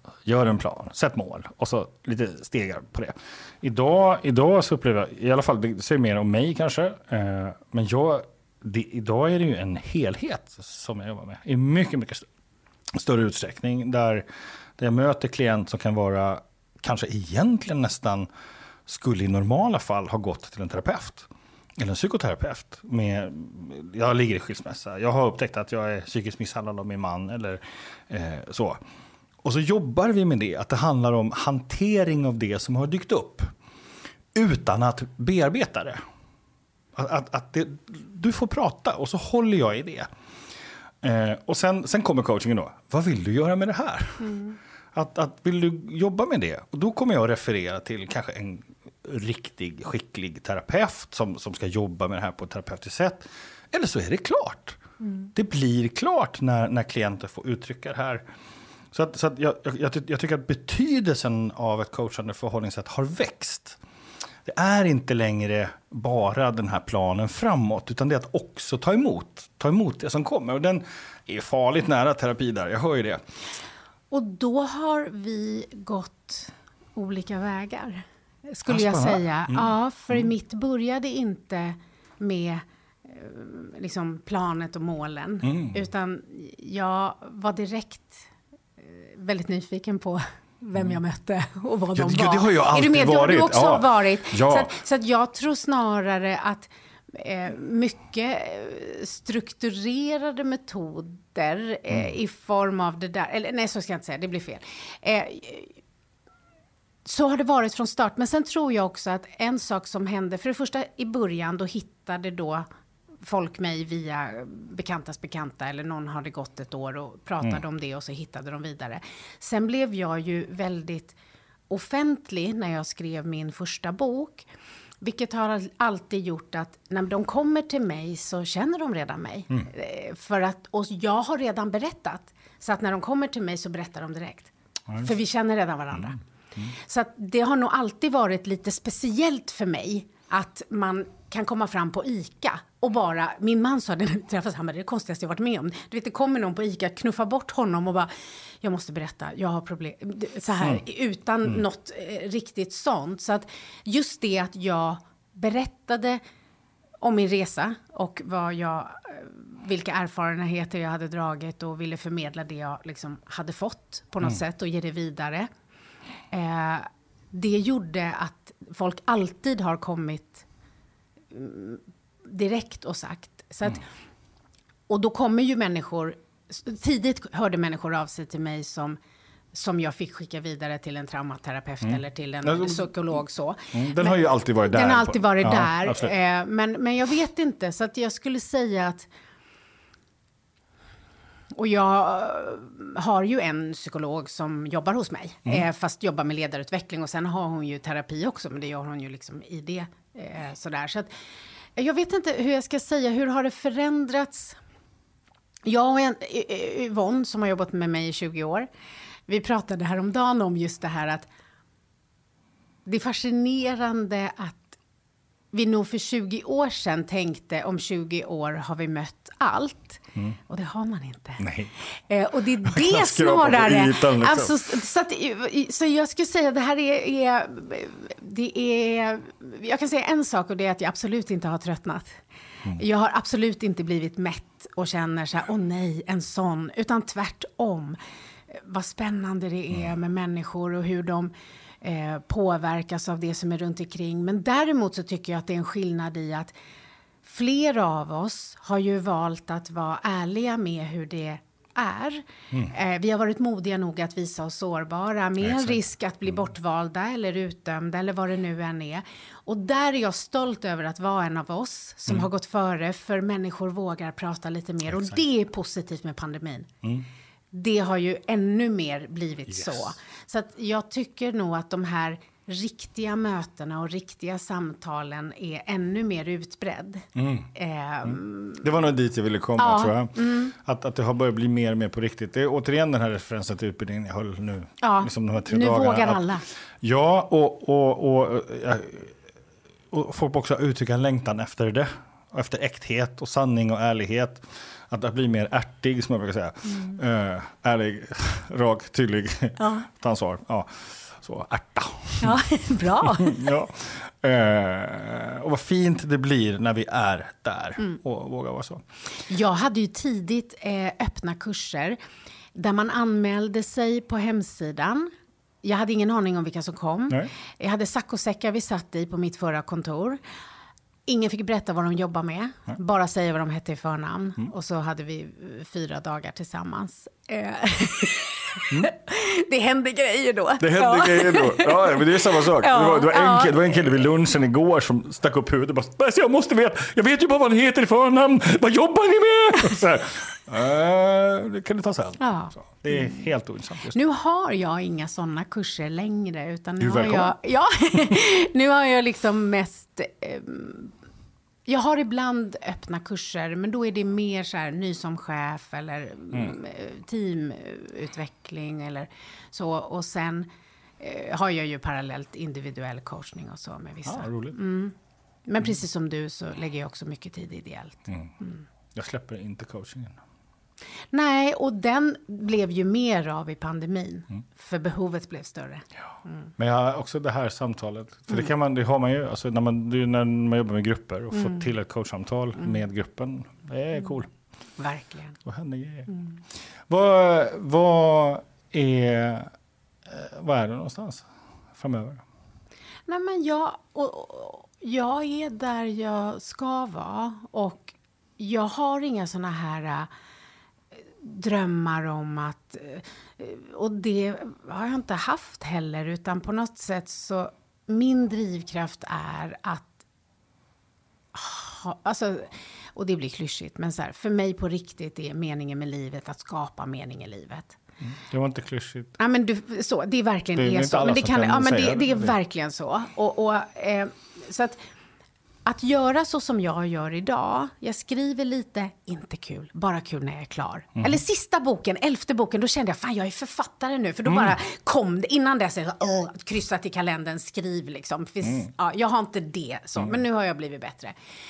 gör en plan, sätt mål och så lite stegar på det. Idag, idag så upplever jag, i alla fall det säger mer om mig kanske, eh, men jag, det, idag är det ju en helhet som jag jobbar med i mycket, mycket st- större utsträckning där, där jag möter klient som kan vara kanske egentligen nästan skulle i normala fall ha gått till en terapeut eller en psykoterapeut. Med, jag ligger i skilsmässa, jag har upptäckt att jag är psykiskt misshandlad av min man eller eh, så. Och så jobbar vi med det, att det handlar om hantering av det som har dykt upp utan att bearbeta det. Att, att, att det, du får prata och så håller jag i det. Eh, och sen, sen kommer coachingen då. Vad vill du göra med det här? Mm. Att, att vill du jobba med det? Och då kommer jag att referera till kanske en riktig, skicklig terapeut som, som ska jobba med det här på ett terapeutiskt sätt. Eller så är det klart. Mm. Det blir klart när, när klienter får uttrycka det här. Så, att, så att jag, jag, jag tycker att betydelsen av ett coachande förhållningssätt har växt. Det är inte längre bara den här planen framåt, utan det är att också ta emot, ta emot det som kommer. Och den är farligt nära terapi där, jag hör ju det. Och då har vi gått olika vägar, skulle jag säga. Mm. Ja, för mm. mitt började inte med liksom planet och målen, mm. utan jag var direkt väldigt nyfiken på vem jag mötte och vad ja, de ja, var. det har jag alltid är du med? varit. Det har du också ja. varit. Ja. Så, att, så att jag tror snarare att eh, mycket strukturerade metoder eh, mm. i form av det där, eller nej så ska jag inte säga, det blir fel. Eh, så har det varit från start. Men sen tror jag också att en sak som hände, för det första i början då hittade då folk mig via bekantas bekanta eller någon hade gått ett år och pratade mm. om det och så hittade de vidare. Sen blev jag ju väldigt offentlig när jag skrev min första bok, vilket har alltid gjort att när de kommer till mig så känner de redan mig. Mm. För att, och jag har redan berättat, så att när de kommer till mig så berättar de direkt. Mm. För vi känner redan varandra. Mm. Mm. Så att det har nog alltid varit lite speciellt för mig att man kan komma fram på ICA och bara, min man sa det när vi träffades, han bara, det är det konstigaste jag varit med om. Du vet, det kommer någon på ICA, knuffa bort honom och bara, jag måste berätta, jag har problem, så här, mm. utan mm. något eh, riktigt sånt. Så att just det att jag berättade om min resa och vad jag, vilka erfarenheter jag hade dragit och ville förmedla det jag liksom hade fått på något mm. sätt och ge det vidare. Eh, det gjorde att folk alltid har kommit mm, direkt och sagt. Så att, mm. och då kommer ju människor, tidigt hörde människor av sig till mig som, som jag fick skicka vidare till en traumaterapeut mm. eller till en mm. psykolog. Så. Mm. Den men, har ju alltid varit där. Den har alltid varit ja, där. Eh, men, men jag vet inte, så att jag skulle säga att och jag har ju en psykolog som jobbar hos mig, mm. eh, fast jobbar med ledarutveckling. Och sen har hon ju terapi också, men det gör hon ju liksom i det. Eh, sådär. Så att, jag vet inte hur jag ska säga, hur har det förändrats? Jag och en, Yvonne som har jobbat med mig i tjugo år, vi pratade häromdagen om just det här att det är fascinerande att vi nog för tjugo år sedan tänkte om tjugo år har vi mött allt. Mm. Och det har man inte. Nej. Eh, och det är det snarare. Ytan, liksom. Alltså, så, att, så jag skulle säga att det här är, är, det är... Jag kan säga en sak och det är att jag absolut inte har tröttnat. Mm. Jag har absolut inte blivit mätt och känner så här, åh nej, en sån. Utan tvärtom. Vad spännande det är mm. med människor och hur de eh, påverkas av det som är runt omkring. Men däremot så tycker jag att det är en skillnad i att flera av oss har ju valt att vara ärliga med hur det är. Mm. Eh, vi har varit modiga nog att visa oss sårbara med en risk att bli mm. bortvalda eller utdömda eller vad det nu än är. Och där är jag stolt över att vara en av oss som mm. har gått före, för människor vågar prata lite mer. Exakt. Och det är positivt med pandemin. Mm. Det har ju ännu mer blivit yes. så. Så att jag tycker nog att de här riktiga mötena och riktiga samtalen är ännu mer utbredd. Mm. Eh, mm. Det var nog dit jag ville komma, ja, tror jag. Mm. Att, att det har börjat bli mer och mer på riktigt. Det är återigen den här referensen till utbildningen jag höll nu. Ja, liksom de här tre nu dagarna. vågar att, alla. Ja, och, och, och, och folk också uttrycka en längtan efter det. Efter äkthet och sanning och ärlighet. Att, att bli mer ärtig, som jag brukar säga. Mm. Uh, ärlig, rak, tydlig, ja. Ta ansvar. Ja. Så, ärta. Ja, bra. Ja. Uh, och vad fint det blir när vi är där mm. och vågar vara så. Jag hade ju tidigt eh, öppna kurser där man anmälde sig på hemsidan. Jag hade ingen aning om vilka som kom. Nej. Jag hade saccosäckar vi satt i på mitt förra kontor. Ingen fick berätta vad de jobbar med. Nej. Bara säga vad de hette i förnamn. Mm. Och så hade vi fyra dagar tillsammans. Mm. Det hände grejer då. Det hände ja. grejer då. Ja, men det är samma sak. Ja. Det, var, det, var en, ja. det var en kille vid lunchen igår som stack upp huvudet och bara, jag måste veta, jag vet ju bara vad han heter i förnamn. Vad jobbar ni med? Så här, äh, det kan du ta sen. Ja. Så, det är helt ointressant just. Nu har jag inga sådana kurser längre. Utan nu, har jag, ja, nu har jag liksom mest... Eh, Jag har ibland öppna kurser, men då är det mer så här ny som chef eller mm. teamutveckling eller så. Och sen eh, har jag ju parallellt individuell coachning och så med vissa. Ja, roligt. Mm. Men precis som du så lägger jag också mycket tid ideellt. Mm. Mm. Jag släpper inte coachingen. Nej, och den blev ju mer av i pandemin. Mm. För behovet blev större. Ja. Mm. Men jag har också det här samtalet. För mm. det, kan man, det har man ju, alltså när, man, när man jobbar med grupper och mm. får till ett coachsamtal mm. med gruppen. Det är mm. cool. Verkligen. Vad händer grejer. Mm. Vad, vad, är, vad är det någonstans framöver? Nej, men jag, och, och, jag är där jag ska vara. Och jag har inga såna här... drömmar om att, och det har jag inte haft heller, utan på något sätt så min drivkraft är att ha, alltså, och det blir klyschigt, men så här, för mig på riktigt är meningen med livet att skapa mening i livet. Mm. Det var inte klyschigt. Ja, men du, så, det är verkligen det är, är så. Men det, kan, kan ja, men det, det är det. verkligen så. Och, och, eh, så att Att göra så som jag gör idag, jag skriver lite, inte kul, bara kul när jag är klar. Mm. Eller sista boken, elfte boken, då kände jag, fan jag är författare nu. För då mm. bara kom det, innan dess, åh, kryssat i kalendern, skriv liksom. För, mm. ja, jag har inte det så, mm. men nu har jag blivit bättre.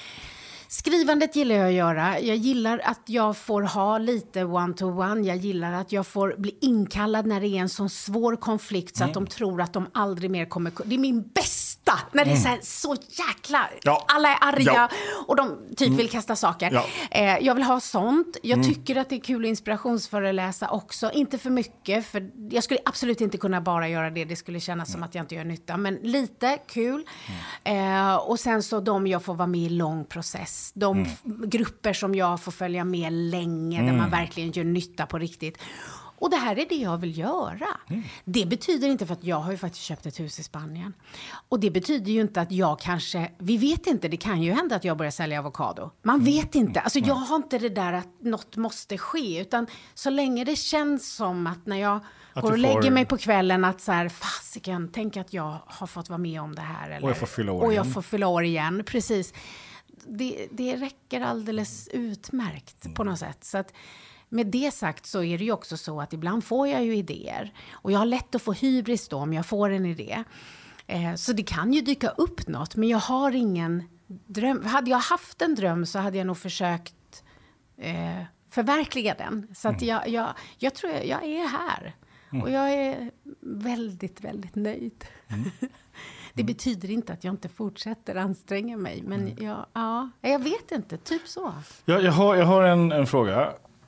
Skrivandet gillar jag att göra. Jag gillar att jag får ha lite one-to-one. Jag gillar att jag får bli inkallad när det är en sån svår konflikt så mm. att de tror att de aldrig mer kommer... Det är min bästa! När det är så, här, så jäkla... Ja. Alla är arga ja. och de typ mm. vill kasta saker. Ja. Eh, jag vill ha sånt. Jag mm. tycker att det är kul att inspirationsföreläsa också. Inte för mycket, för jag skulle absolut inte kunna bara göra det. Det skulle kännas mm. som att jag inte gör nytta. Men lite kul. Mm. Eh, och sen så de jag får vara med i lång process. De mm. f- grupper som jag får följa med länge mm. där man verkligen gör nytta på riktigt. Och det här är det jag vill göra. Mm. Det betyder inte, för att jag har ju faktiskt köpt ett hus i Spanien. Och det betyder ju inte att jag kanske, vi vet inte, det kan ju hända att jag börjar sälja avokado. Man mm. vet inte. Alltså jag har inte det där att något måste ske. Utan så länge det känns som att när jag att går och lägger får... mig på kvällen att så här, fasiken, tänk att jag har fått vara med om det här. Eller, och jag får fylla år och igen. jag får fylla år igen, precis. Det, det räcker alldeles utmärkt på något sätt. Så att med det sagt så är det ju också så att ibland får jag ju idéer. Och jag har lätt att få hybris då om jag får en idé. Eh, så det kan ju dyka upp något. Men jag har ingen dröm. Hade jag haft en dröm så hade jag nog försökt eh, förverkliga den. Så att jag, jag, jag tror jag, jag är här. Och jag är väldigt, väldigt nöjd. Mm. Det betyder inte att jag inte fortsätter anstränga mig. Men mm. jag, ja, jag vet inte, typ så. Jag, jag, har, jag har en, en fråga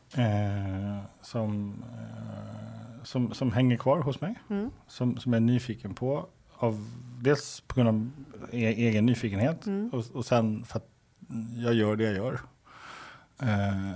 eh, som, eh, som, som hänger kvar hos mig. Mm. Som, som jag är nyfiken på. Av, dels på grund av e- egen nyfikenhet. Mm. Och, och sen för att jag gör det jag gör. Eh,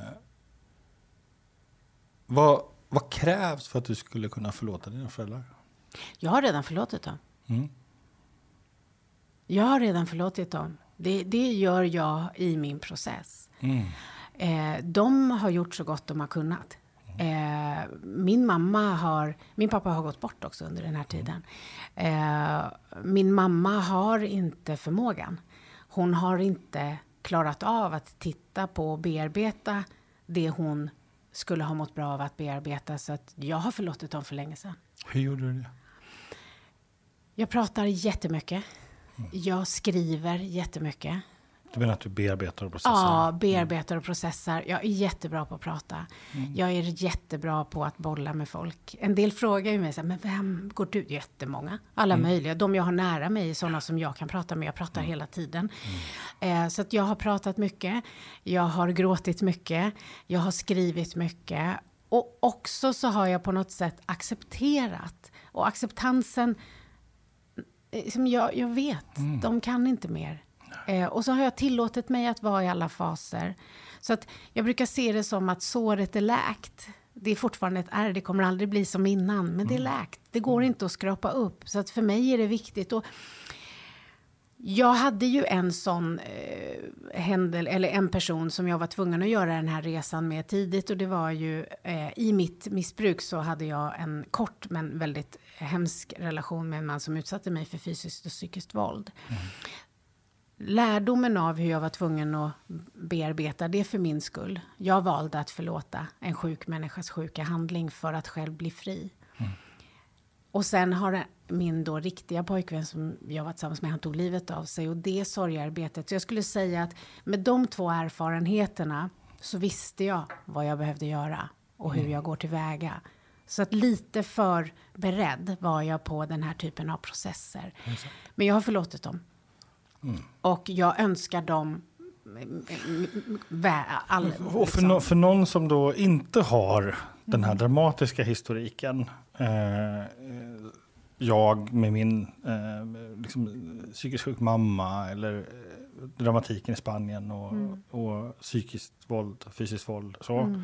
vad, vad krävs för att du skulle kunna förlåta dina föräldrar? Jag har redan förlåtit dem. Mm. Jag har redan förlåtit dem. Det, det gör jag i min process. Mm. Eh, de har gjort så gott de har kunnat. Eh, min mamma har... Min pappa har gått bort också under den här tiden. Eh, min mamma har inte förmågan. Hon har inte klarat av att titta på och bearbeta det hon skulle ha mått bra av att bearbeta. Så att jag har förlåtit dem för länge sedan. Hur gjorde du det? Jag pratar jättemycket. Jag skriver jättemycket. Du menar att du bearbetar och processar? Ja, bearbetar och processar. Jag är jättebra på att prata. Mm. Jag är jättebra på att bolla med folk. En del frågar ju mig så här, men vem går du? Jättemånga. Alla mm. möjliga. De jag har nära mig är sådana som jag kan prata med. Jag pratar mm. hela tiden. Mm. Eh, så att jag har pratat mycket. Jag har gråtit mycket. Jag har skrivit mycket. Och också så har jag på något sätt accepterat. Och acceptansen, som jag, jag vet, mm. de kan inte mer. Eh, och så har jag tillåtit mig att vara i alla faser. Så att jag brukar se det som att såret är läkt. Det är fortfarande ett ärr, det kommer aldrig bli som innan. Men mm. det är läkt, det går mm. inte att skrapa upp. Så att för mig är det viktigt. Och jag hade ju en sån eh, händel, eller en person som jag var tvungen att göra den här resan med tidigt. Och det var ju, eh, i mitt missbruk så hade jag en kort men väldigt hemsk relation med en man som utsatte mig för fysiskt och psykiskt våld. Mm. Lärdomen av hur jag var tvungen att bearbeta det för min skull. Jag valde att förlåta en sjuk människas sjuka handling för att själv bli fri. Mm. Och sen har min då riktiga pojkvän som jag var tillsammans med, han tog livet av sig. Och det sorgearbetet. Så jag skulle säga att med de två erfarenheterna så visste jag vad jag behövde göra. Och hur mm. jag går tillväga. Så att lite för beredd var jag på den här typen av processer. Mm. Men jag har förlåtit dem. Mm. Och jag önskar dem vä- all, och för, no- för någon som då inte har den här dramatiska historiken, eh, jag med min eh, liksom, psykiskt sjuk mamma eller eh, dramatiken i Spanien och, mm. och psykiskt våld, fysiskt våld så. Mm.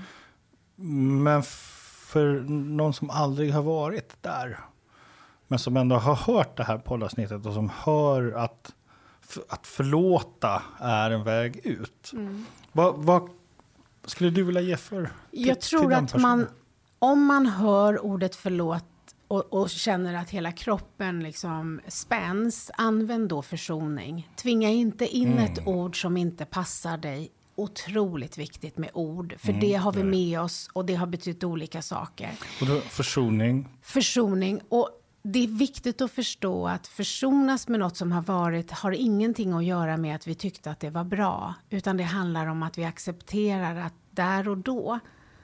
Men för någon som aldrig har varit där men som ändå har hört det här poddavsnittet och som hör att att förlåta är en väg ut. Mm. Vad, vad skulle du vilja ge för till, Jag tror att man, om man hör ordet förlåt och, och känner att hela kroppen liksom spänns, använd då försoning. Tvinga inte in mm. ett ord som inte passar dig. Otroligt viktigt med ord. För mm, det har vi med oss och det har betytt olika saker. Och då, försoning? Försoning. Och det är viktigt att förstå att försonas med något som har varit har ingenting att göra med att vi tyckte att det var bra. Utan det handlar om att vi accepterar att där och då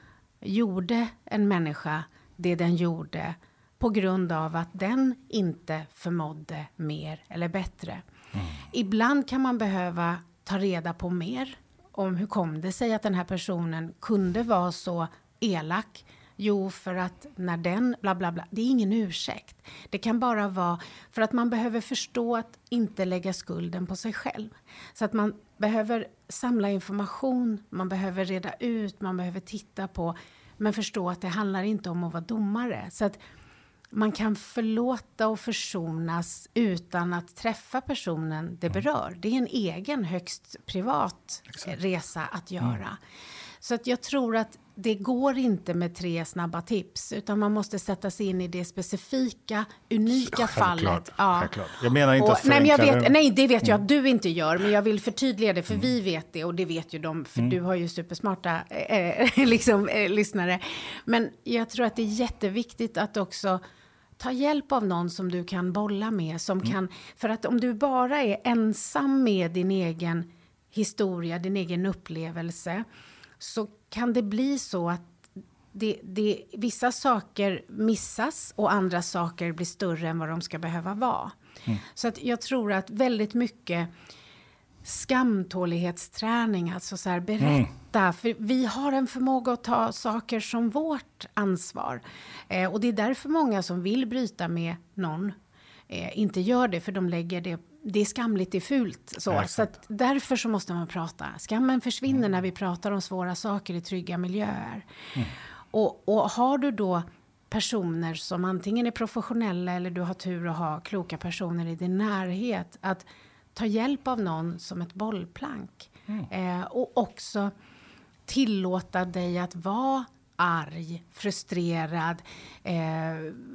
gjorde en människa det den gjorde på grund av att den inte förmådde mer eller bättre. Mm. Ibland kan man behöva ta reda på mer om hur kom det sig att den här personen kunde vara så elak. Jo, för att när den bla bla bla, det är ingen ursäkt. Det kan bara vara för att man behöver förstå att inte lägga skulden på sig själv. Så att man behöver samla information, man behöver reda ut, man behöver titta på, men förstå att det handlar inte om att vara domare. Så att man kan förlåta och försonas utan att träffa personen det berör. Det är en egen högst privat Exakt. resa att göra. Mm. Så att jag tror att det går inte med tre snabba tips, utan man måste sätta sig in i det specifika, unika självklart, fallet. Ja. Självklart. Jag menar inte och, att nej, men jag vet, nej, det vet jag att du inte gör, men jag vill förtydliga det, för mm. vi vet det och det vet ju de, för mm. du har ju supersmarta eh, liksom, eh, lyssnare. Men jag tror att det är jätteviktigt att också ta hjälp av någon som du kan bolla med, som mm. kan, för att om du bara är ensam med din egen historia, din egen upplevelse, så kan det bli så att det, det, vissa saker missas och andra saker blir större än vad de ska behöva vara. Mm. Så att jag tror att väldigt mycket skamtålighetsträning, alltså så här berätta, mm. för vi har en förmåga att ta saker som vårt ansvar. Eh, och det är därför många som vill bryta med någon eh, inte gör det, för de lägger det, det är skamligt, det är fult. Så, ja, så att därför så måste man prata. Skammen försvinner mm. när vi pratar om svåra saker i trygga miljöer. Mm. Och, och har du då personer som antingen är professionella eller du har tur att ha kloka personer i din närhet, att ta hjälp av någon som ett bollplank. Mm. Eh, och också tillåta dig att vara arg, frustrerad, eh,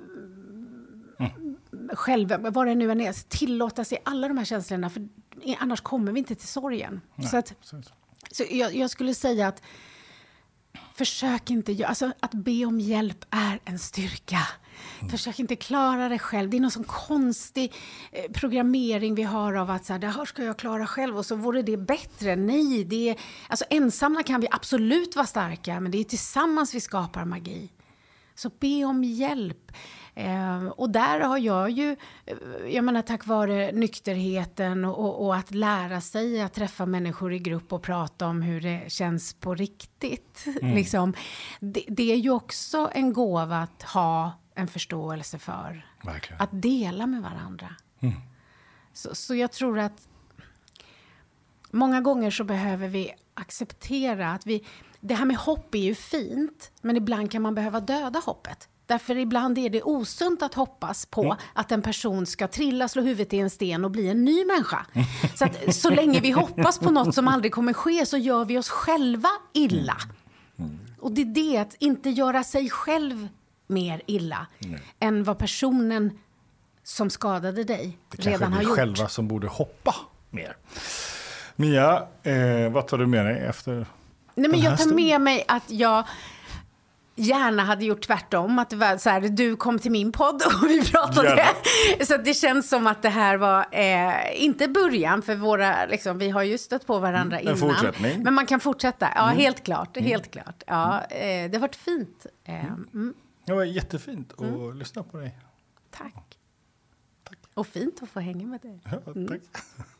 mm. själv, vad det nu än är, tillåta sig alla de här känslorna, för annars kommer vi inte till sorgen. Nej, så att, så jag, jag skulle säga att försök inte, alltså att be om hjälp är en styrka. Mm. Försök inte klara det själv. Det är någon sån konstig eh, programmering vi har av att så här, det här ska jag klara själv och så vore det bättre. Nej, det är, alltså ensamma kan vi absolut vara starka, men det är tillsammans vi skapar magi. Så be om hjälp. Eh, och där har jag ju, jag menar tack vare nykterheten och, och att lära sig att träffa människor i grupp och prata om hur det känns på riktigt. Mm. Liksom, det, det är ju också en gåva att ha en förståelse för. Verkligen. Att dela med varandra. Mm. Så, så jag tror att många gånger så behöver vi acceptera att vi, det här med hopp är ju fint, men ibland kan man behöva döda hoppet. Därför ibland är det osunt att hoppas på mm. att en person ska trilla, slå huvudet i en sten och bli en ny människa. Så att så länge vi hoppas på något som aldrig kommer ske så gör vi oss själva illa. Mm. Och det är det, att inte göra sig själv mer illa mm. än vad personen som skadade dig det redan har gjort. Det själva som borde hoppa mer. Mia, eh, vad tar du med dig efter? Nej, men jag tar med mig att jag gärna hade gjort tvärtom. Att det var så här, du kom till min podd och vi pratade. Gärna. Så att det känns som att det här var eh, inte början för våra, liksom, vi har ju stött på varandra mm, innan. Fortsättning. Men man kan fortsätta. Ja, mm. helt klart. Mm. Helt klart. Ja, eh, det har varit fint. Eh, mm. Det var jättefint att mm. lyssna på dig. Tack. Tack. Och fint att få hänga med dig. Ja, tack.